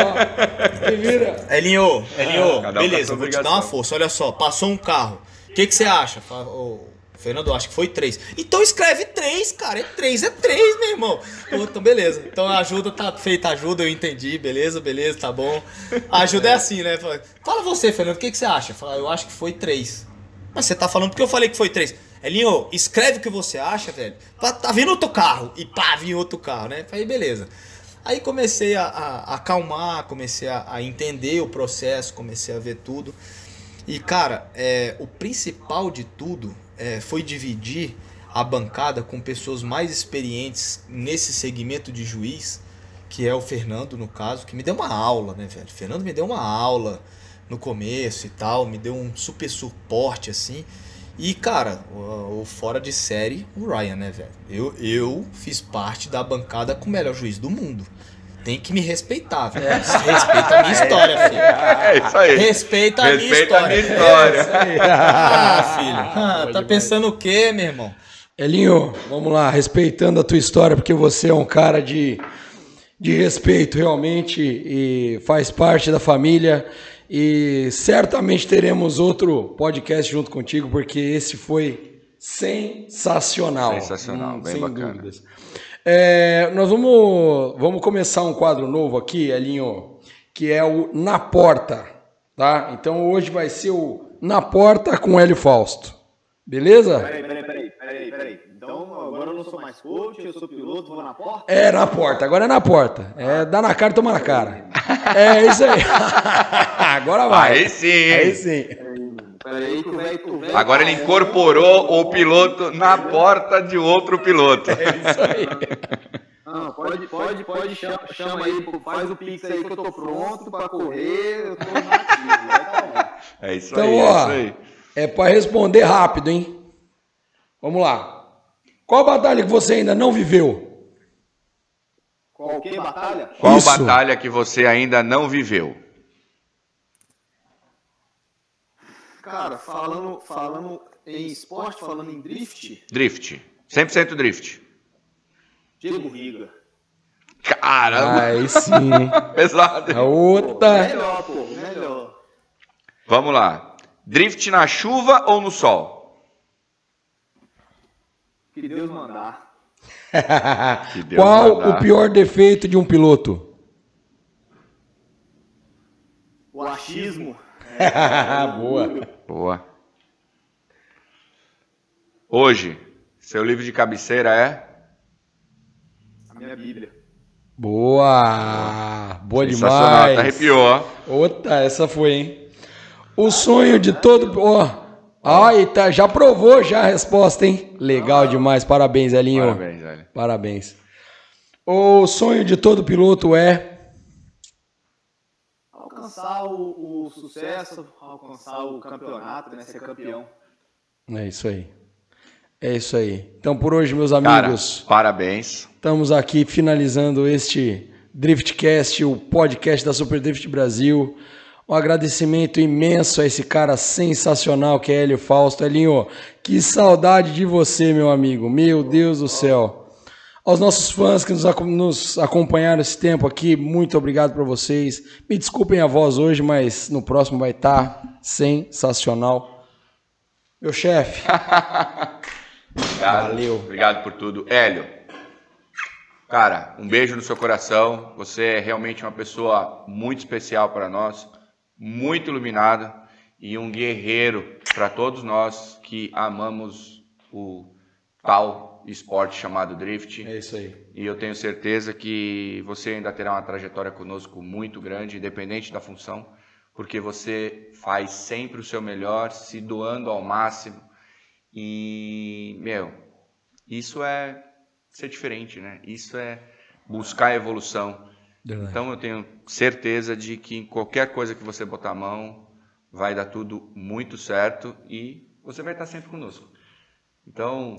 Ó, se vira. Elinho, beleza, vou te dar uma força. Olha só, passou um carro. O que você acha? Fernando, acho que foi 3. Então escreve 3, cara. É 3, meu irmão. Então, beleza. Então a ajuda tá feita, ajuda, eu entendi. Beleza, tá bom. A ajuda é assim, né? Fala você, Fernando, o que você acha? Fala, eu acho que foi 3. Mas você tá falando porque eu falei que foi 3. Elinho, escreve o que você acha, velho. Tá vindo outro carro. E pá, vinha outro carro, né? Falei, beleza. Aí comecei a acalmar, comecei a entender o processo, comecei a ver tudo. E, cara, o principal de tudo foi dividir a bancada com pessoas mais experientes nesse segmento de juiz, que é o Fernando, no caso, que me deu uma aula, né, velho? O Fernando me deu uma aula no começo e tal, me deu um super suporte, assim. E, cara, o fora de série, o Ryan, né, velho? Eu fiz parte da bancada com o melhor juiz do mundo. Tem que me respeitar, velho. Respeita a minha história, filho. É isso aí. Respeita a minha história. Filho. Tá pensando o quê, meu irmão? Elinho, vamos lá, respeitando a tua história, porque você é um cara de respeito realmente e faz parte da família. E certamente teremos outro podcast junto contigo, porque esse foi sensacional. Sensacional, bem bacana. Dúvidas. Nós vamos começar um quadro novo aqui, Elinho, que é o Na Porta, tá? Então hoje vai ser o Na Porta com Hélio Fausto, beleza? Peraí. Então agora eu não sou mais coach, eu sou piloto, vou na porta? Na porta, agora é na porta. Dá na cara e toma na cara. É isso aí. Agora vai. Aí sim. Peraí, tu vem. Agora ele incorporou o piloto na porta de outro piloto. É isso aí. Não, pode, chama aí, faz o pix aí que eu tô pronto pra correr, eu tô nativo. É isso então, aí, ó, é isso aí. É pra responder rápido, hein? Vamos lá. Qual batalha que você ainda não viveu? Qualquer batalha? Qual Isso. batalha que você ainda não viveu? Cara, falando em esporte, falando em drift... Drift. 100% drift. Diego Riga. Caramba! Aí sim. Pesado. A outra. Melhor. Vamos lá. Drift na chuva ou no sol? Que Deus mandar. Que Deus Qual mandar. o pior defeito de um piloto? O achismo. Boa. Boa. Hoje, Seu livro de cabeceira é? A minha Bíblia. Boa! Boa Sensacional, demais! até arrepiou, ó. Outra, essa foi, hein? O sonho de todo... Ó, ai, tá, já provou já a resposta, hein? Legal demais, parabéns, Elinho. Parabéns, velho. Parabéns. O sonho de todo piloto é... Alcançar o sucesso, alcançar o campeonato, né? Ser campeão. É isso aí. É isso aí. Então, por hoje, meus Cara, amigos, parabéns. estamos aqui finalizando este Driftcast, o podcast da Super Drift Brasil. Um agradecimento imenso a esse cara sensacional que é Hélio Fausto. Elinho, que saudade de você, meu amigo. Meu Deus do céu. Aos nossos fãs que nos acompanharam esse tempo aqui, muito obrigado para vocês. Me desculpem a voz hoje, mas no próximo vai estar sensacional. Meu chefe. Obrigado, Valeu. Obrigado por tudo. Hélio, cara, um beijo no seu coração. Você é realmente uma pessoa muito especial para nós, muito iluminada e um guerreiro para todos nós que amamos o tal esporte chamado drift. É isso aí. E eu tenho certeza que você ainda terá uma trajetória conosco muito grande, independente da função, porque você faz sempre o seu melhor, se doando ao máximo. E, isso é ser diferente, né? Isso é buscar evolução. Verdade. Então eu tenho certeza de que em qualquer coisa que você botar a mão, vai dar tudo muito certo e você vai estar sempre conosco. Então...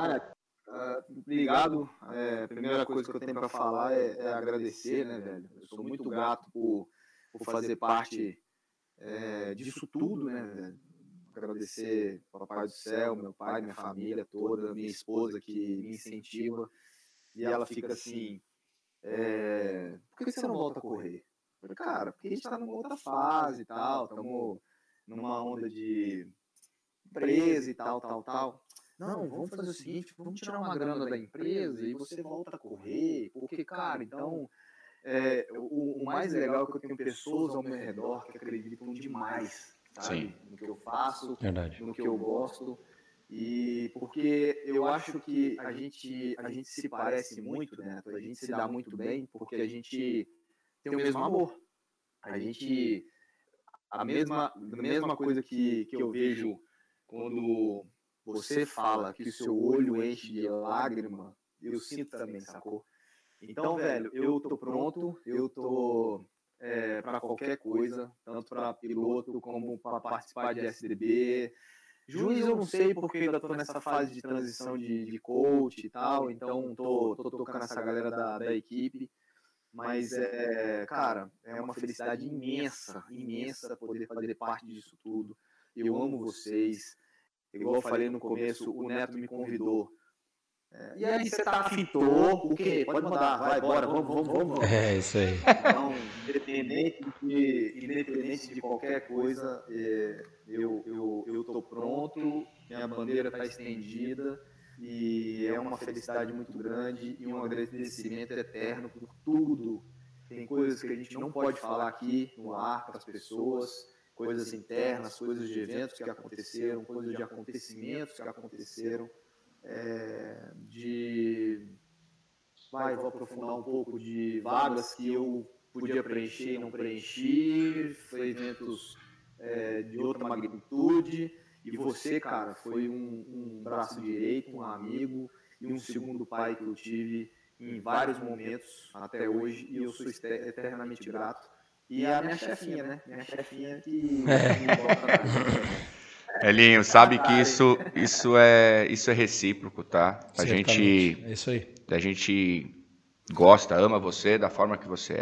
Obrigado. A primeira coisa que eu tenho para falar é agradecer, né, velho? Eu sou muito grato por fazer parte disso tudo, né, velho? Agradecer ao Papai do Céu, meu pai, minha família toda, minha esposa que me incentiva. E ela fica assim, por que você não volta a correr? Eu falei, cara, porque a gente tá numa outra fase e tal, estamos numa onda de empresa e tal. Não, vamos fazer o seguinte, vamos tirar uma grana da empresa e você volta a correr, porque, cara, então, o mais legal é que eu tenho pessoas ao meu redor que acreditam demais, sabe? Sim. No que eu faço, Verdade. no que eu gosto, e porque eu acho que a gente se parece muito, né? A gente se dá muito bem porque a gente tem o mesmo amor. A mesma coisa que eu vejo quando você fala que o seu olho enche de lágrima, eu sinto também, sacou? Então, velho, eu tô pronto, eu tô para qualquer coisa, tanto para piloto como para participar de SDB. Juiz eu não sei, porque ainda tô nessa fase de transição de coach e tal, então tô tocando essa galera da equipe. Mas, cara, é uma felicidade imensa poder fazer parte disso tudo. Eu amo vocês. Igual eu falei no começo, o Neto me convidou. E aí, você tá afitou, o quê? Pode mandar, vai, bora, vamos. É isso aí. Então, independente de qualquer coisa, eu tô pronto, minha bandeira está estendida e é uma felicidade muito grande e um agradecimento eterno por tudo. Tem coisas que a gente não pode falar aqui no ar para as pessoas, coisas internas, coisas de eventos que aconteceram, coisas de acontecimentos que aconteceram, vou aprofundar um pouco de vagas que eu podia preencher e não preenchi, foi eventos de outra magnitude, e você, cara, foi um braço direito, um amigo e um segundo pai que eu tive em vários momentos até hoje, e eu sou eternamente grato. E a minha chefinha, né? Minha chefinha que me bota na vida. Elinho, sabe que isso é recíproco, tá? A gente, É isso aí. a gente gosta, ama você da forma que você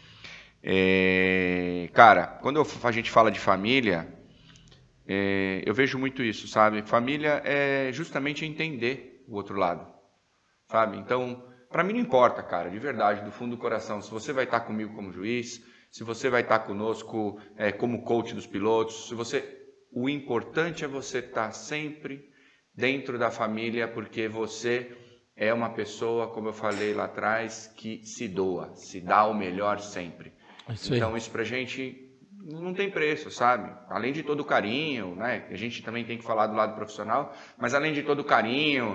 é. Cara, quando a gente fala de família, eu vejo muito isso, sabe? Família é justamente entender o outro lado, sabe? Então, pra mim não importa, cara, de verdade, do fundo do coração, se você vai estar comigo como juiz, se você vai estar conosco como coach dos pilotos, o importante é você estar sempre dentro da família, porque você é uma pessoa, como eu falei lá atrás, que se doa, se dá o melhor sempre. Então isso pra gente não tem preço, sabe? Além de todo o carinho, né? A gente também tem que falar do lado profissional, mas além de todo o carinho,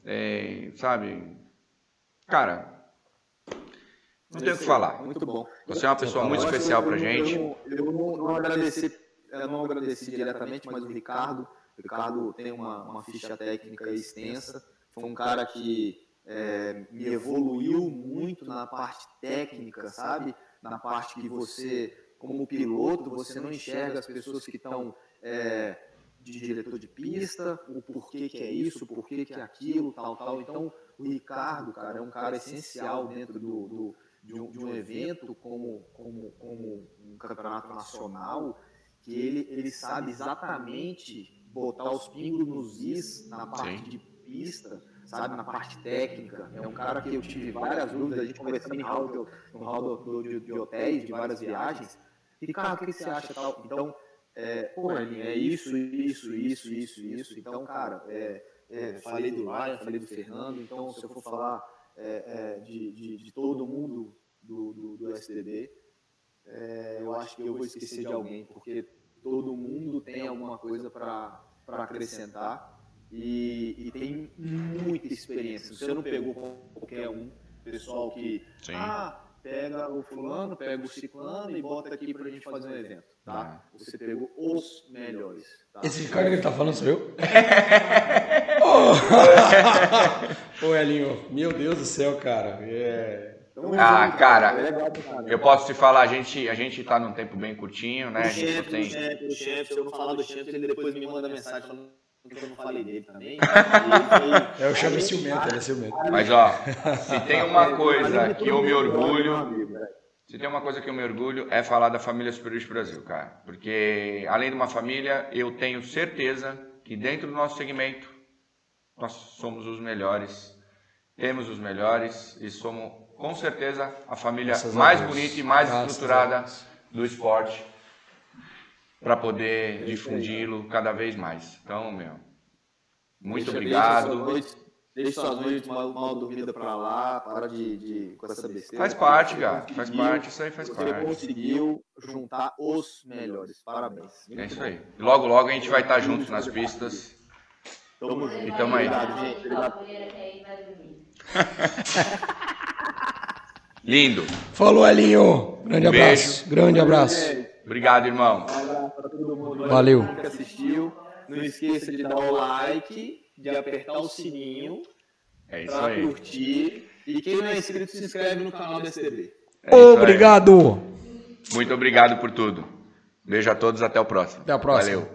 sabe? Cara, não tenho o que falar. Muito bom. Você é uma pessoa muito especial pra gente. Eu não agradeci diretamente, mas o Ricardo tem uma ficha técnica extensa. Foi um cara que me evoluiu muito na parte técnica, sabe? Na parte que você, como piloto, você não enxerga as pessoas que estão de diretor de pista, o porquê que é isso, o porquê que é aquilo, tal. Então, o Ricardo, cara, é um cara essencial dentro de um evento como um campeonato nacional, que ele sabe exatamente botar os pingos nos is na parte de pista, sabe, na parte técnica. É um cara que eu tive várias dúvidas, a gente conversando em hall de hotéis, de várias viagens. Ricardo, o que você acha tal? Então, é isso. Então, cara, falei do Ryan, falei do Fernando. Então, se eu for falar de todo mundo do SDB, eu acho que eu vou esquecer de alguém, porque todo mundo tem alguma coisa para acrescentar e tem muita experiência. Você não pegou qualquer um, pessoal que pega o fulano, pega o ciclano e bota aqui pra gente fazer um evento, tá? Você pegou os melhores, tá? Esse cara que ele tá falando sou eu? Ô, Elinho, meu Deus do céu, cara. Cara, eu posso te falar, a gente tá num tempo bem curtinho, né? O chefe, se eu não falar do chefe, ele depois me manda mensagem falando que eu não falei dele também. Eu chamo ciumento, ele é ciumento. Mas, ó, se tem uma coisa que eu me orgulho, é falar da família Superbike Brasil, cara. Porque, além de uma família, eu tenho certeza que dentro do nosso segmento, nós somos os melhores, temos os melhores e somos, com certeza, a família mais bonita e mais estruturada do esporte para poder difundi-lo cada vez mais. Então, muito obrigado. Deixa suas noites mal dormidas para lá, para com essa besteira. Faz parte, cara. Faz parte, isso aí faz parte. Você conseguiu juntar os melhores. Parabéns. É isso aí. Logo, logo a gente vai estar juntos nas pistas. Tamo junto. E tamo aí. Obrigado, gente. Lindo. Falou, Elinho. Grande abraço. Beijo. Grande abraço. Obrigado, irmão. Um abraço para todo mundo. Valeu. Que assistiu. Não esqueça de dar o like, de apertar o sininho para curtir. E quem não é inscrito, se inscreve no canal do SDB. Obrigado. Muito obrigado por tudo. Beijo a todos, até o próximo. Até a próxima. Valeu.